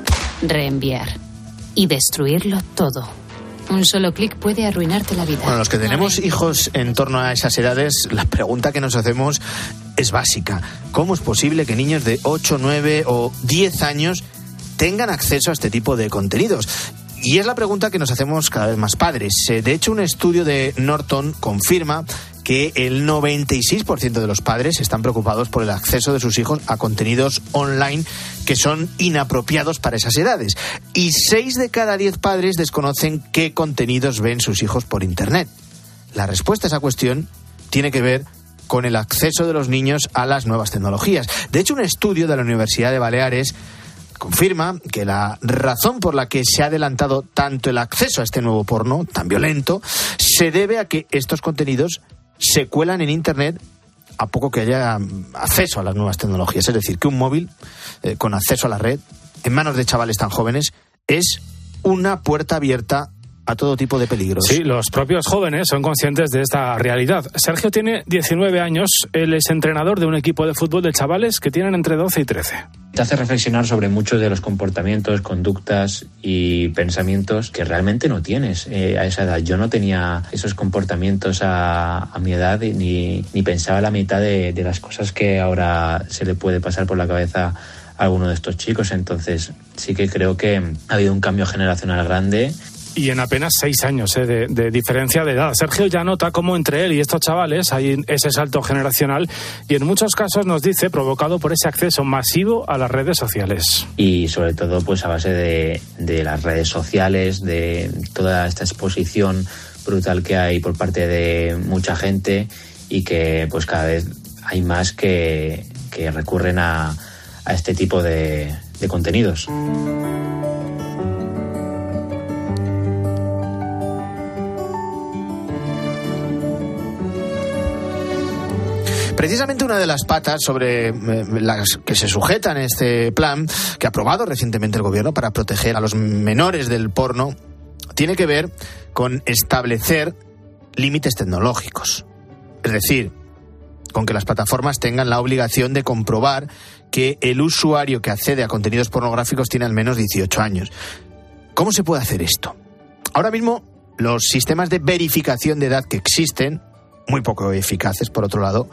reenviar y destruirlo todo. Un solo clic puede arruinarte la vida. Bueno, los que tenemos hijos en torno a esas edades, la pregunta que nos hacemos es básica. ¿Cómo es posible que niños de 8, 9 o 10 años tengan acceso a este tipo de contenidos? Y es la pregunta que nos hacemos cada vez más padres. De hecho, un estudio de Norton confirma que el 96% de los padres están preocupados por el acceso de sus hijos a contenidos online que son inapropiados para esas edades. Y 6 de cada 10 padres desconocen qué contenidos ven sus hijos por Internet. La respuesta a esa cuestión tiene que ver con el acceso de los niños a las nuevas tecnologías. De hecho, un estudio de la Universidad de Baleares confirma que la razón por la que se ha adelantado tanto el acceso a este nuevo porno tan violento se debe a que estos contenidos se cuelan en Internet a poco que haya acceso a las nuevas tecnologías. Es decir, que un móvil con acceso a la red en manos de chavales tan jóvenes es una puerta abierta a todo tipo de peligros. Sí, los propios jóvenes son conscientes de esta realidad. Sergio tiene 19 años, él es entrenador de un equipo de fútbol de chavales que tienen entre 12 y 13. Te hace reflexionar sobre muchos de los comportamientos, conductas y pensamientos que realmente no tienes a esa edad. Yo no tenía esos comportamientos a mi edad ni pensaba la mitad de las cosas que ahora se le puede pasar por la cabeza a alguno de estos chicos. Entonces sí que creo que ha habido un cambio generacional grande. Y en apenas 6 años de diferencia de edad. Sergio ya nota cómo entre él y estos chavales hay ese salto generacional y en muchos casos nos dice provocado por ese acceso masivo a las redes sociales. Y sobre todo pues a base de las redes sociales, de toda esta exposición brutal que hay por parte de mucha gente y que pues cada vez hay más que recurren a este tipo de contenidos. Precisamente una de las patas sobre las que se sujetan este plan que ha aprobado recientemente el gobierno para proteger a los menores del porno tiene que ver con establecer límites tecnológicos. Es decir, con que las plataformas tengan la obligación de comprobar que el usuario que accede a contenidos pornográficos tiene al menos 18 años. ¿Cómo se puede hacer esto? Ahora mismo, los sistemas de verificación de edad que existen, muy poco eficaces, por otro lado,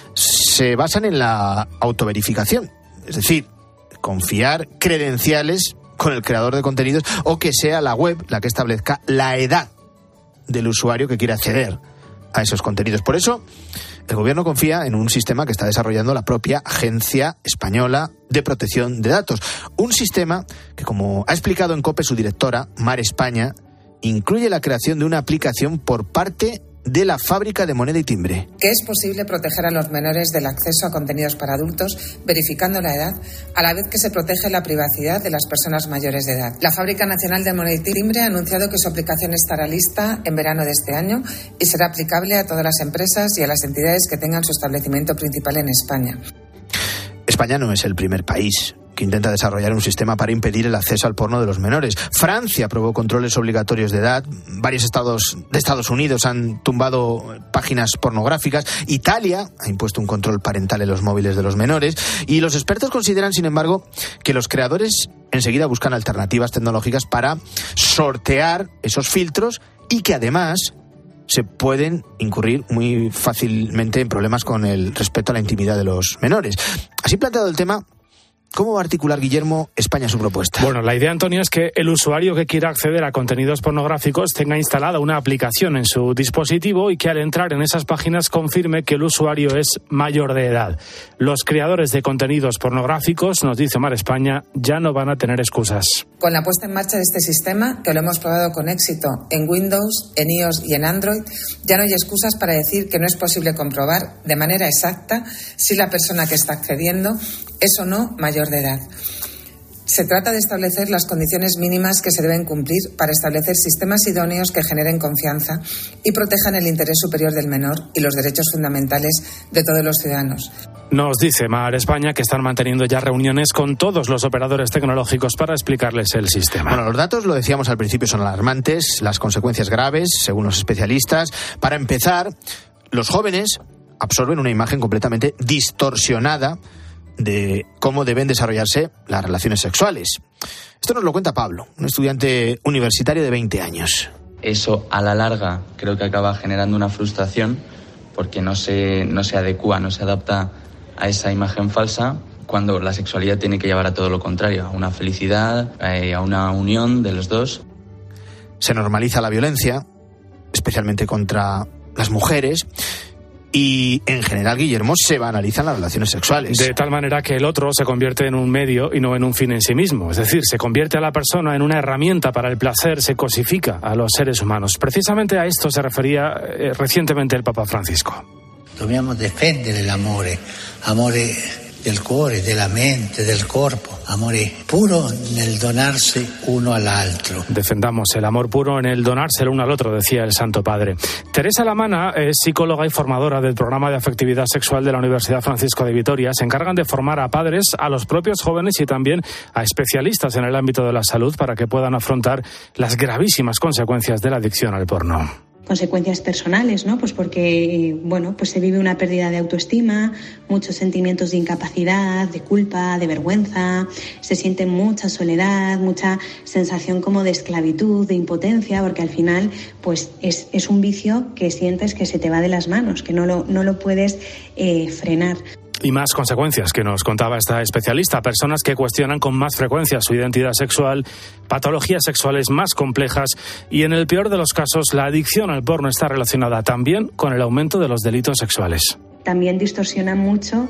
se basan en la autoverificación. Es decir, confiar credenciales con el creador de contenidos o que sea la web la que establezca la edad del usuario que quiere acceder a esos contenidos. Por eso, el gobierno confía en un sistema que está desarrollando la propia Agencia Española de Protección de Datos. Un sistema que, como ha explicado en COPE su directora, Mar España, incluye la creación de una aplicación por parte de la fábrica de moneda y timbre. Que es posible proteger a los menores del acceso a contenidos para adultos verificando la edad, a la vez que se protege la privacidad de las personas mayores de edad. La Fábrica Nacional de Moneda y Timbre ha anunciado que su aplicación estará lista en verano de este año y será aplicable a todas las empresas y a las entidades que tengan su establecimiento principal en España. España no es el primer país que intenta desarrollar un sistema para impedir el acceso al porno de los menores. Francia aprobó controles obligatorios de edad, varios estados de Estados Unidos han tumbado páginas pornográficas, Italia ha impuesto un control parental en los móviles de los menores y los expertos consideran, sin embargo, que los creadores enseguida buscan alternativas tecnológicas para sortear esos filtros y que además se pueden incurrir muy fácilmente en problemas con el respeto a la intimidad de los menores. Así planteado el tema, ¿cómo va a articular, Guillermo, España su propuesta? Bueno, la idea, Antonio, es que el usuario que quiera acceder a contenidos pornográficos tenga instalada una aplicación en su dispositivo y que al entrar en esas páginas confirme que el usuario es mayor de edad. Los creadores de contenidos pornográficos, nos dice Mar España, ya no van a tener excusas. Con la puesta en marcha de este sistema, que lo hemos probado con éxito en Windows, en iOS y en Android, ya no hay excusas para decir que no es posible comprobar de manera exacta si la persona que está accediendo es o no mayor de edad. Se trata de establecer las condiciones mínimas que se deben cumplir para establecer sistemas idóneos que generen confianza y protejan el interés superior del menor y los derechos fundamentales de todos los ciudadanos. Nos dice Mar España que están manteniendo ya reuniones con todos los operadores tecnológicos para explicarles el sistema. Bueno, los datos, lo decíamos al principio, son alarmantes, las consecuencias graves, según los especialistas. Para empezar, los jóvenes absorben una imagen completamente distorsionada de cómo deben desarrollarse las relaciones sexuales. Esto nos lo cuenta Pablo, un estudiante universitario de 20 años. Eso a la larga creo que acaba generando una frustración porque no se adecua, no se adapta a esa imagen falsa, cuando la sexualidad tiene que llevar a todo lo contrario, a una felicidad, a una unión de los dos. Se normaliza la violencia, especialmente contra las mujeres. Y, en general, Guillermo, se banalizan las relaciones sexuales. De tal manera que el otro se convierte en un medio y no en un fin en sí mismo. Es decir, se convierte a la persona en una herramienta para el placer, se cosifica a los seres humanos. Precisamente a esto se refería recientemente el Papa Francisco. Dobbiamo difendere l'amore del cuore, della mente, del corpo. Amore puro nel donarsi uno all'altro. Defendamos el amor puro en el donárselo uno al otro, decía el Santo Padre. Teresa Lamana es psicóloga y formadora del programa de afectividad sexual de la Universidad Francisco de Vitoria. Se encargan de formar a padres, a los propios jóvenes y también a especialistas en el ámbito de la salud para que puedan afrontar las gravísimas consecuencias de la adicción al porno. Consecuencias personales, ¿no? Pues porque, pues se vive una pérdida de autoestima, muchos sentimientos de incapacidad, de culpa, de vergüenza, se siente mucha soledad, mucha sensación como de esclavitud, de impotencia, porque al final, pues es un vicio que sientes que se te va de las manos, que no lo puedes frenar. Y más consecuencias que nos contaba esta especialista. Personas que cuestionan con más frecuencia su identidad sexual, patologías sexuales más complejas y, en el peor de los casos, la adicción al porno está relacionada también con el aumento de los delitos sexuales. También distorsiona mucho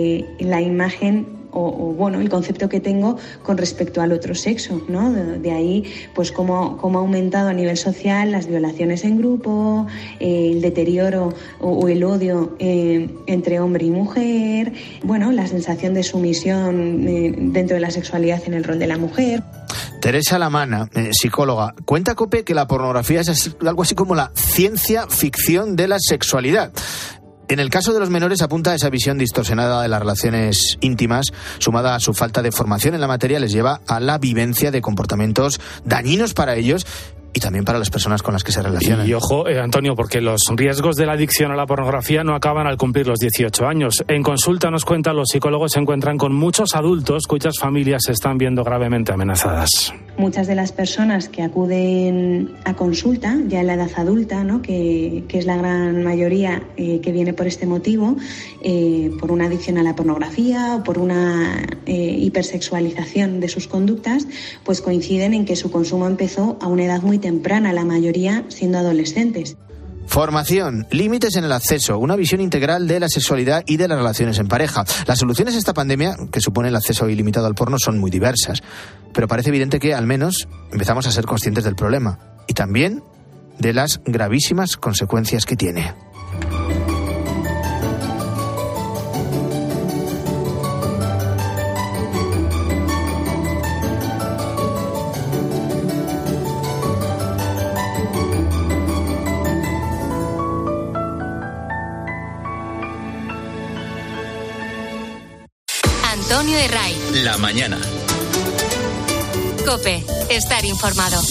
la imagen el concepto que tengo con respecto al otro sexo, ¿no? De ahí, pues cómo ha aumentado a nivel social las violaciones en grupo, el deterioro o el odio entre hombre y mujer, la sensación de sumisión dentro de la sexualidad en el rol de la mujer. Teresa Lamana, psicóloga, cuenta COPE que la pornografía es algo así como la ciencia ficción de la sexualidad. En el caso de los menores apunta a esa visión distorsionada de las relaciones íntimas, sumada a su falta de formación en la materia, les lleva a la vivencia de comportamientos dañinos para ellos y también para las personas con las que se relacionan. Y ojo, Antonio, porque los riesgos de la adicción a la pornografía no acaban al cumplir los 18 años. En consulta, nos cuentan, los psicólogos se encuentran con muchos adultos cuyas familias se están viendo gravemente amenazadas. Muchas de las personas que acuden a consulta, ya en la edad adulta, ¿no? que es la gran mayoría que viene por este motivo, por una adicción a la pornografía o por una hipersexualización de sus conductas, pues coinciden en que su consumo empezó a una edad muy temprana, la mayoría siendo adolescentes. Formación, límites en el acceso, una visión integral de la sexualidad y de las relaciones en pareja. Las soluciones a esta pandemia, que supone el acceso ilimitado al porno, son muy diversas. Pero parece evidente que, al menos, empezamos a ser conscientes del problema y también de las gravísimas consecuencias que tiene. Antonio Herray. La mañana. COPE. Estar informado.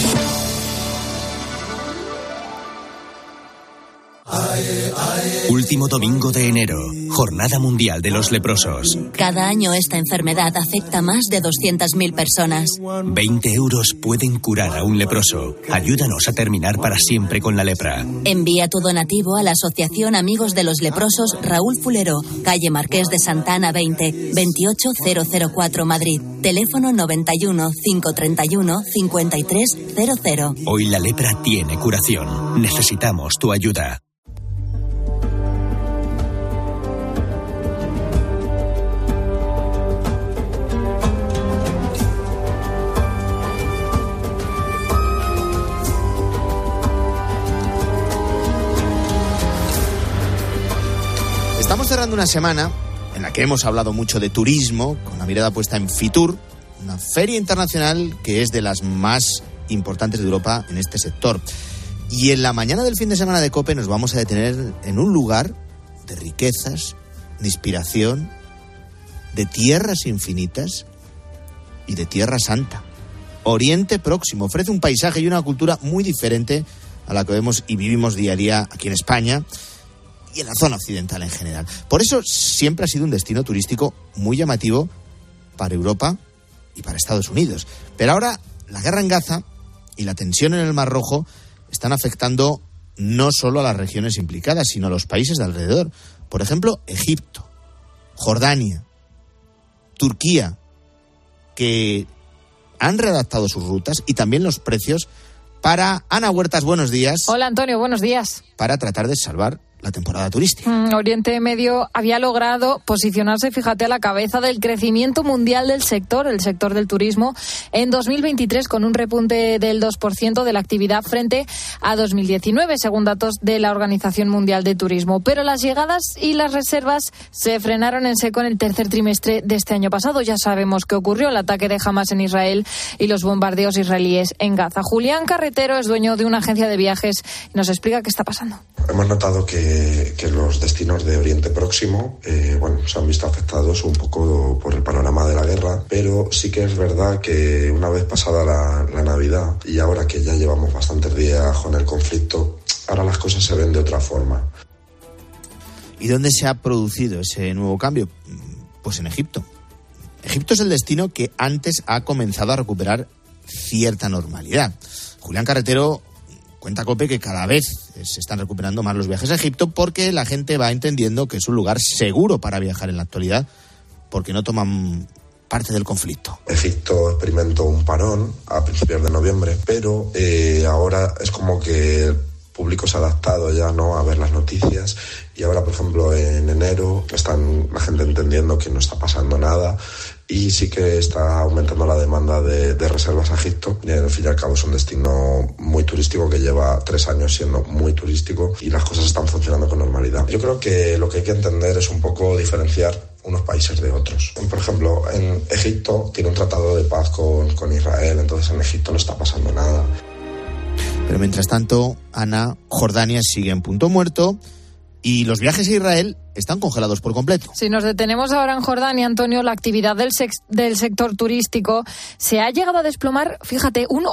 Último domingo de enero, Jornada Mundial de los Leprosos. Cada año esta enfermedad afecta a más de 200.000 personas. 20 euros pueden curar a un leproso. Ayúdanos a terminar para siempre con la lepra. Envía tu donativo a la Asociación Amigos de los Leprosos Raúl Fulero, calle Marqués de Santana 20, 28004 Madrid. Teléfono 91 531 5300. Hoy la lepra tiene curación. Necesitamos tu ayuda. Estamos cerrando una semana en la que hemos hablado mucho de turismo, con la mirada puesta en Fitur, una feria internacional que es de las más importantes de Europa en este sector. Y en la mañana del fin de semana de COPE nos vamos a detener en un lugar de riquezas, de inspiración, de tierras infinitas y de Tierra Santa. Oriente Próximo ofrece un paisaje y una cultura muy diferente a la que vemos y vivimos día a día aquí en España y en la zona occidental en general. Por eso siempre ha sido un destino turístico muy llamativo para Europa y para Estados Unidos. Pero ahora la guerra en Gaza y la tensión en el Mar Rojo están afectando no solo a las regiones implicadas, sino a los países de alrededor. Por ejemplo, Egipto, Jordania, Turquía, que han readaptado sus rutas y también los precios para... Ana Huertas, buenos días. Hola, Antonio, buenos días. Para tratar de salvar la temporada turística. Oriente Medio había logrado posicionarse, fíjate, a la cabeza del crecimiento mundial del sector, el sector del turismo, en 2023 con un repunte del 2% de la actividad frente a 2019, según datos de la Organización Mundial de Turismo. Pero las llegadas y las reservas se frenaron en seco en el tercer trimestre de este año pasado. Ya sabemos qué ocurrió, el ataque de Hamas en Israel y los bombardeos israelíes en Gaza. Julián Carretero es dueño de una agencia de viajes y nos explica qué está pasando. Hemos notado que los destinos de Oriente Próximo se han visto afectados un poco por el panorama de la guerra, pero sí que es verdad que una vez pasada la Navidad y ahora que ya llevamos bastantes días con el conflicto, ahora las cosas se ven de otra forma. ¿Y dónde se ha producido ese nuevo cambio? Pues en Egipto. Egipto es el destino que antes ha comenzado a recuperar cierta normalidad. Julián Carretero cuenta COPE que cada vez se están recuperando más los viajes a Egipto porque la gente va entendiendo que es un lugar seguro para viajar en la actualidad porque no toman parte del conflicto. Egipto experimentó un parón a principios de noviembre, pero ahora es como que el público se ha adaptado ya, ¿no?, a ver las noticias, y ahora, por ejemplo, en enero están la gente entendiendo que no está pasando nada y sí que está aumentando la demanda de reservas a Egipto. Y al fin y al cabo es un destino muy turístico que lleva 3 años siendo muy turístico y las cosas están funcionando con normalidad. Yo creo que lo que hay que entender es un poco diferenciar unos países de otros. Por ejemplo, en Egipto tiene un tratado de paz con Israel, entonces en Egipto no está pasando nada. Pero mientras tanto, Ana, Jordania sigue en punto muerto y los viajes a Israel están congelados por completo. Si nos detenemos ahora en Jordania, Antonio, la actividad del sector turístico se ha llegado a desplomar, fíjate, un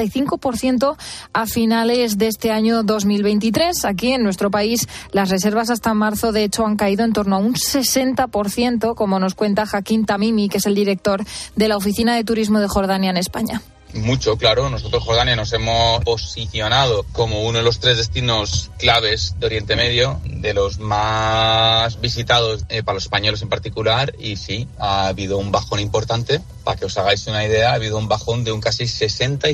85% a finales de este año 2023. Aquí en nuestro país las reservas hasta marzo, de hecho, han caído en torno a un 60%, como nos cuenta Hakim Tamimi, que es el director de la Oficina de Turismo de Jordania en España. Mucho, claro. Nosotros, Jordania, nos hemos posicionado como uno de los 3 destinos claves de Oriente Medio, de los más visitados para los españoles en particular, y sí, ha habido un bajón importante. Para que os hagáis una idea, ha habido un bajón de un casi 60 y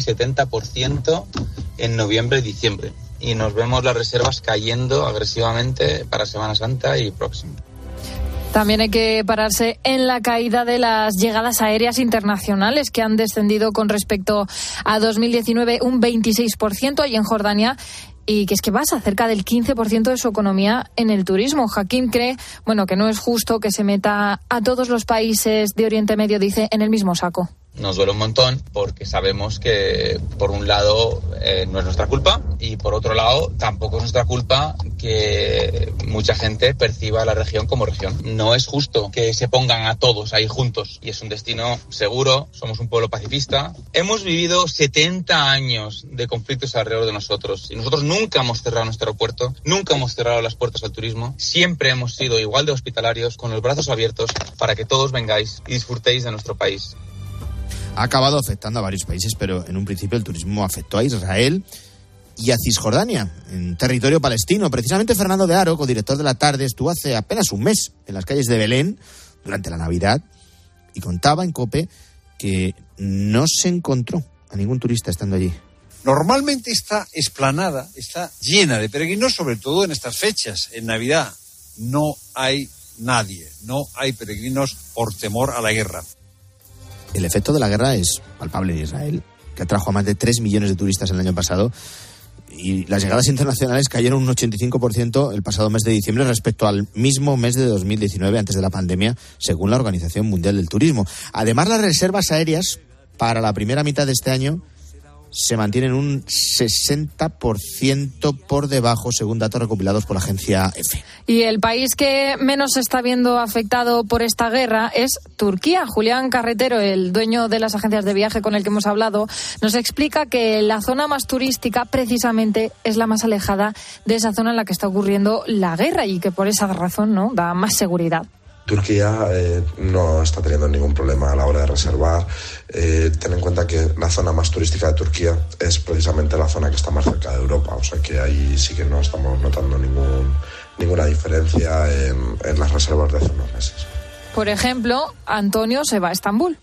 70% en noviembre y diciembre. Y nos vemos las reservas cayendo agresivamente para Semana Santa y próxima. También hay que pararse en la caída de las llegadas aéreas internacionales, que han descendido con respecto a 2019 un 26% allí en Jordania, y que es que basa cerca del 15% de su economía en el turismo. Hakim cree, que no es justo que se meta a todos los países de Oriente Medio, dice, en el mismo saco. Nos duele un montón porque sabemos que, por un lado, no es nuestra culpa, y por otro lado, tampoco es nuestra culpa que mucha gente perciba la región como región. No es justo que se pongan a todos ahí juntos, y es un destino seguro, somos un pueblo pacifista. Hemos vivido 70 años de conflictos alrededor de nosotros, y nosotros nunca hemos cerrado nuestro aeropuerto, nunca hemos cerrado las puertas al turismo, siempre hemos sido igual de hospitalarios, con los brazos abiertos, para que todos vengáis y disfrutéis de nuestro país. Ha acabado afectando a varios países, pero en un principio el turismo afectó a Israel y a Cisjordania, en territorio palestino. Precisamente Fernando de Aro, codirector de La Tarde, estuvo hace apenas un mes en las calles de Belén durante la Navidad y contaba en COPE que no se encontró a ningún turista estando allí. Normalmente esta explanada está llena de peregrinos, sobre todo en estas fechas, en Navidad. No hay nadie, no hay peregrinos por temor a la guerra. El efecto de la guerra es palpable en Israel, que atrajo a más de 3 millones de turistas el año pasado, y las llegadas internacionales cayeron un 85% el pasado mes de diciembre respecto al mismo mes de 2019, antes de la pandemia, según la Organización Mundial del Turismo. Además, las reservas aéreas para la primera mitad de este año se mantienen un 60% por debajo, según datos recopilados por la agencia EFE. Y el país que menos se está viendo afectado por esta guerra es Turquía. Julián Carretero, el dueño de las agencias de viaje con el que hemos hablado, nos explica que la zona más turística precisamente es la más alejada de esa zona en la que está ocurriendo la guerra, y que por esa razón, ¿no?, da más seguridad. Turquía no está teniendo ningún problema a la hora de reservar. Ten en cuenta que la zona más turística de Turquía es precisamente la zona que está más cerca de Europa, o sea que ahí sí que no estamos notando ninguna diferencia en las reservas de hace unos meses. Por ejemplo, Antonio se va a Estambul.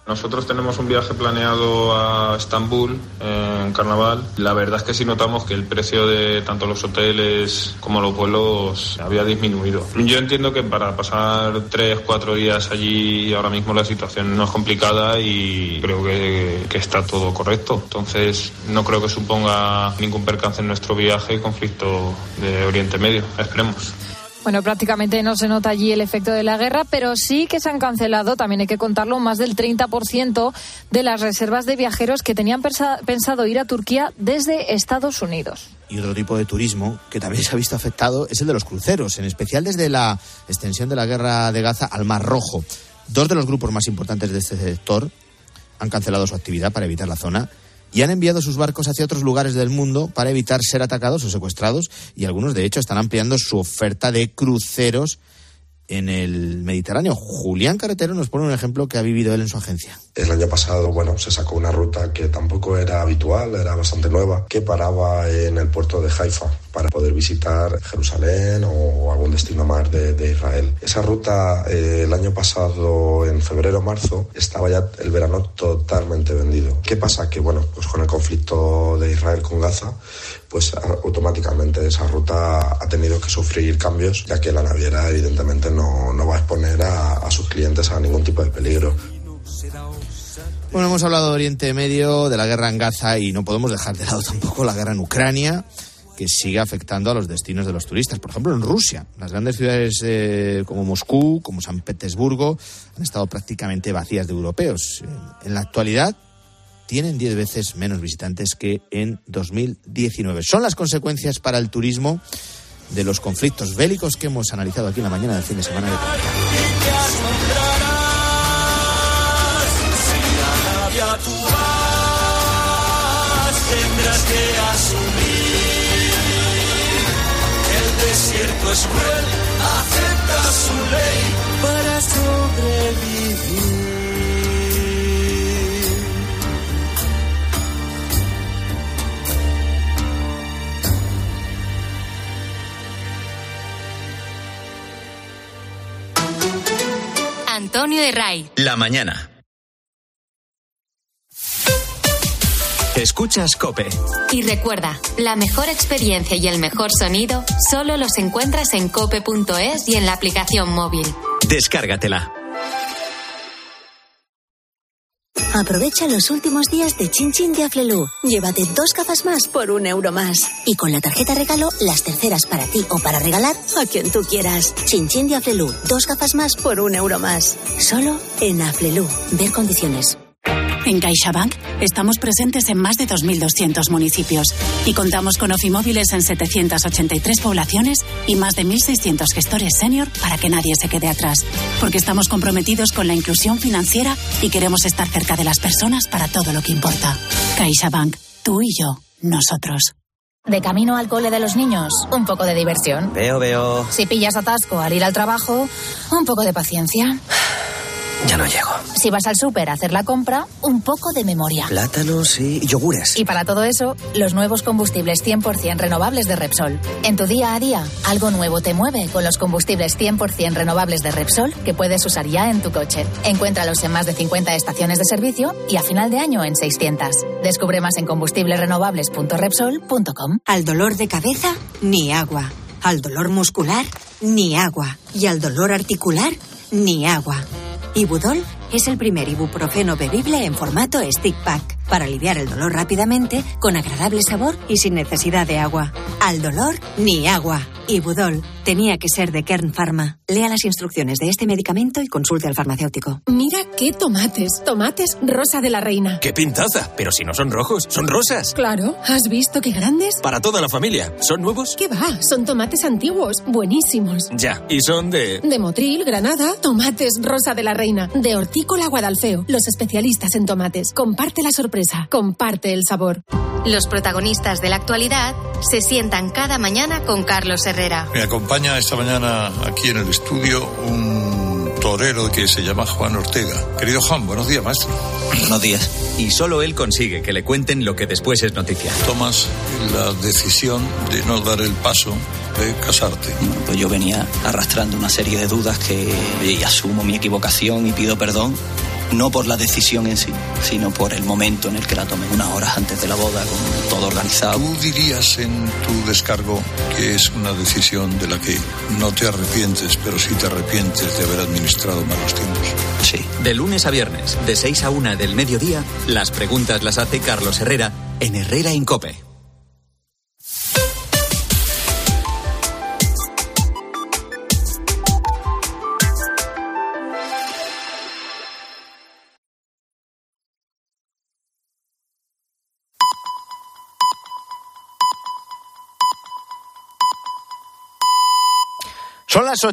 Nosotros tenemos un viaje planeado a Estambul en carnaval. La verdad es que sí notamos que el precio de tanto los hoteles como los vuelos había disminuido. Yo entiendo que para pasar 3-4 días allí ahora mismo la situación no es complicada y creo que está todo correcto. Entonces no creo que suponga ningún percance en nuestro viaje y conflicto de Oriente Medio. Esperemos. Bueno, prácticamente no se nota allí el efecto de la guerra, pero sí que se han cancelado, también hay que contarlo, más del 30% de las reservas de viajeros que tenían pensado ir a Turquía desde Estados Unidos. Y otro tipo de turismo que también se ha visto afectado es el de los cruceros, en especial desde la extensión de la guerra de Gaza al Mar Rojo. 2 de los grupos más importantes de este sector han cancelado su actividad para evitar la zona y han enviado sus barcos hacia otros lugares del mundo para evitar ser atacados o secuestrados, y algunos de hecho están ampliando su oferta de cruceros en el Mediterráneo. Julián Carretero nos pone un ejemplo que ha vivido él en su agencia. El año pasado, se sacó una ruta que tampoco era habitual, era bastante nueva, que paraba en el puerto de Haifa para poder visitar Jerusalén o algún destino más de Israel. Esa ruta, el año pasado, en febrero o marzo, estaba ya el verano totalmente vendido. ¿Qué pasa? Que, con el conflicto de Israel con Gaza, automáticamente esa ruta ha tenido que sufrir cambios, ya que la naviera evidentemente no va a exponer a sus clientes a ningún tipo de peligro. Bueno, hemos hablado de Oriente Medio, de la guerra en Gaza, y no podemos dejar de lado tampoco la guerra en Ucrania, que sigue afectando a los destinos de los turistas. Por ejemplo, en Rusia, las grandes ciudades como Moscú, como San Petersburgo, han estado prácticamente vacías de europeos. En la actualidad tienen 10 veces menos visitantes que en 2019. Son las consecuencias para el turismo de los conflictos bélicos que hemos analizado aquí en la mañana del fin de semana de Cope. Tendrás que asumir que el desierto es cruel, acepta su ley para sobrevivir. Antonio de Ray. La mañana. Escuchas COPE. Y recuerda, la mejor experiencia y el mejor sonido solo los encuentras en cope.es y en la aplicación móvil. Descárgatela. Aprovecha los últimos días de Chin Chin de Aflelu. Llévate 2 gafas más por €1 más. Y con la tarjeta regalo, las terceras para ti o para regalar a quien tú quieras. Chin Chin de Aflelu. 2 gafas más por €1 más. Solo en Aflelu. Ver condiciones. En CaixaBank estamos presentes en más de 2.200 municipios y contamos con oficimóviles en 783 poblaciones y más de 1.600 gestores senior para que nadie se quede atrás. Porque estamos comprometidos con la inclusión financiera y queremos estar cerca de las personas para todo lo que importa. CaixaBank, tú y yo, nosotros. De camino al cole de los niños, un poco de diversión. Veo. Si pillas atasco al ir al trabajo, un poco de paciencia. Ya no llego. Si vas al súper a hacer la compra, un poco de memoria. Plátanos y yogures. Y para todo eso, los nuevos combustibles 100% renovables de Repsol. En tu día a día, algo nuevo te mueve con los combustibles 100% renovables de Repsol que puedes usar ya en tu coche. Encuéntralos en más de 50 estaciones de servicio y a final de año en 600. Descubre más en combustiblesrenovables.repsol.com. Al dolor de cabeza, ni agua. Al dolor muscular, ni agua. Y al dolor articular, ni agua. Ibudol es el primer ibuprofeno bebible en formato stick pack para aliviar el dolor rápidamente, con agradable sabor y sin necesidad de agua. Al dolor, ni agua. Ibudol tenía que ser de Kern Pharma. Lea las instrucciones de este medicamento y consulte al farmacéutico. Mira qué tomates. Tomates Rosa de la Reina. ¡Qué pintaza! Pero si no son rojos, son rosas. Claro, ¿has visto qué grandes? Para toda la familia. ¿Son nuevos? ¿Qué va? Son tomates antiguos, buenísimos. Ya, y son de Motril, Granada. Tomates Rosa de la Reina. De Hortícola Guadalfeo. Los especialistas en tomates. Comparte la sorpresa. Comparte el sabor. Los protagonistas de la actualidad se sientan cada mañana con Carlos Herrera. Me acompaña esta mañana aquí en el estudio un torero que se llama Juan Ortega. Querido Juan, buenos días, maestro. Buenos días. Y solo él consigue que le cuenten lo que después es noticia. Tomas la decisión de no dar el paso de casarte. Bueno, pues yo venía arrastrando una serie de dudas y asumo mi equivocación y pido perdón. no por la decisión en sí, sino por el momento en el que la tomé, unas horas antes de la boda, con todo organizado. ¿Tú dirías en tu descargo que es una decisión de la que no te arrepientes, pero sí te arrepientes de haber administrado malos tiempos? Sí. De lunes a viernes, de 6 a 1 del mediodía, las preguntas las hace Carlos Herrera en Herrera en COPE. Son las 8.